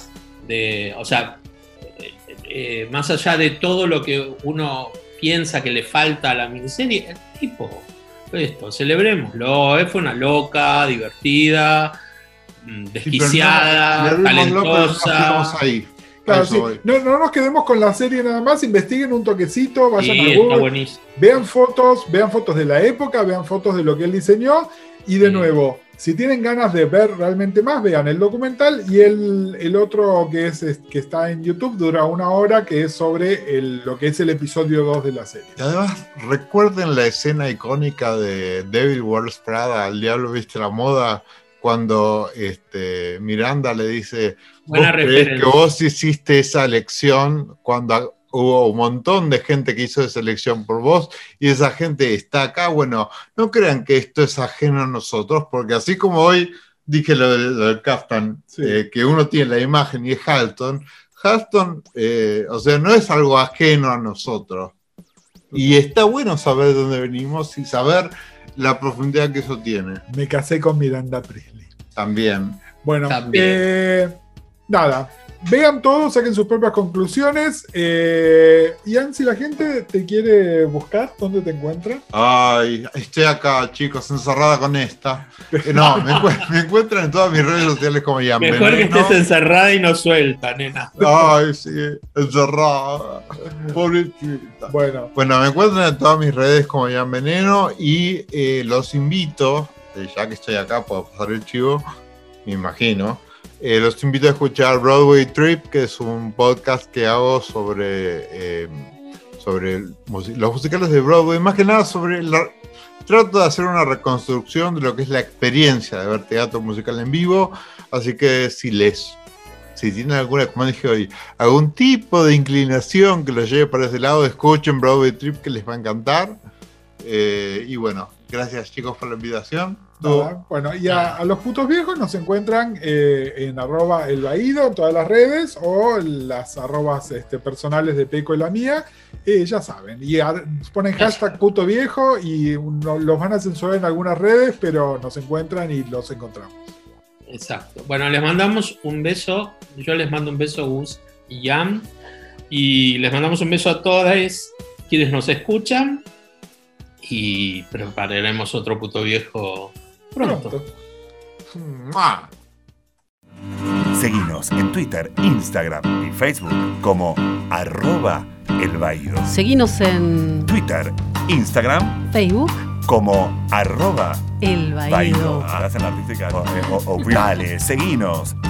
más allá de todo lo que uno piensa que le falta a la miniserie, el tipo, celebrémoslo, fue una loca, divertida, desquiciada, talentosa. Ahí. Claro, sí. No nos quedemos con la serie nada más, investiguen un toquecito, vayan a Google, vean fotos de la época, vean fotos de lo que él diseñó, y de nuevo, si tienen ganas de ver realmente más, vean el documental, y el otro que está en YouTube dura 1 hora, que es sobre lo que es el episodio 2 de la serie. Y además, recuerden la escena icónica de Devil Wears Prada, El Diablo Viste la Moda, cuando Miranda le dice, Buena ¿vos creés referencia. que vos hiciste esa elección cuando hubo un montón de gente que hizo esa elección por vos y esa gente está acá? Bueno, no crean que esto es ajeno a nosotros, porque así como hoy dije lo del Kaftan, Sí. que uno tiene la imagen y es Halston, o sea, no es algo ajeno a nosotros. Y está bueno saber de dónde venimos y saber la profundidad que eso tiene. Me casé con Miranda Priestley. También. Bueno, También. nada. Vean todo, saquen sus propias conclusiones. Ian, si la gente te quiere buscar, ¿dónde te encuentra? Ay, estoy acá, chicos, encerrada con esta. No, me encuentran en todas mis redes sociales como Ian Mejor que Veneno. estés encerrada y no suelta, nena. Ay, sí, encerrada. Pobrecita. Bueno, Bueno, me encuentran en todas mis redes como Ian Veneno y los invito, ya que estoy acá, puedo pasar el chivo, me imagino. Los invito a escuchar Broadway Trip, que es un podcast que hago sobre los musicales de Broadway, más que nada trato de hacer una reconstrucción de lo que es la experiencia de ver teatro musical en vivo, así que si tienen alguna, como dije hoy, algún tipo de inclinación que los lleve para ese lado, escuchen Broadway Trip, que les va a encantar. Y bueno, gracias chicos por la invitación. nada. Bueno, y a los putos viejos nos encuentran en @elbaído en todas las redes o las arrobas personales de Peco y la mía. Ya saben. Y ponen hashtag puto viejo y los van a censurar en algunas redes, pero nos encuentran y los encontramos. Exacto. Bueno, les mandamos un beso. Yo les mando un beso, Gus y Jan. Y les mandamos un beso a todas quienes nos escuchan. Y prepararemos otro puto viejo pronto. ¡Mua! Seguinos en Twitter, Instagram y Facebook como @elbaído. Seguinos en Twitter, Instagram Facebook, como El Baído. @Baído. Hacen la artística. Dale, seguinos.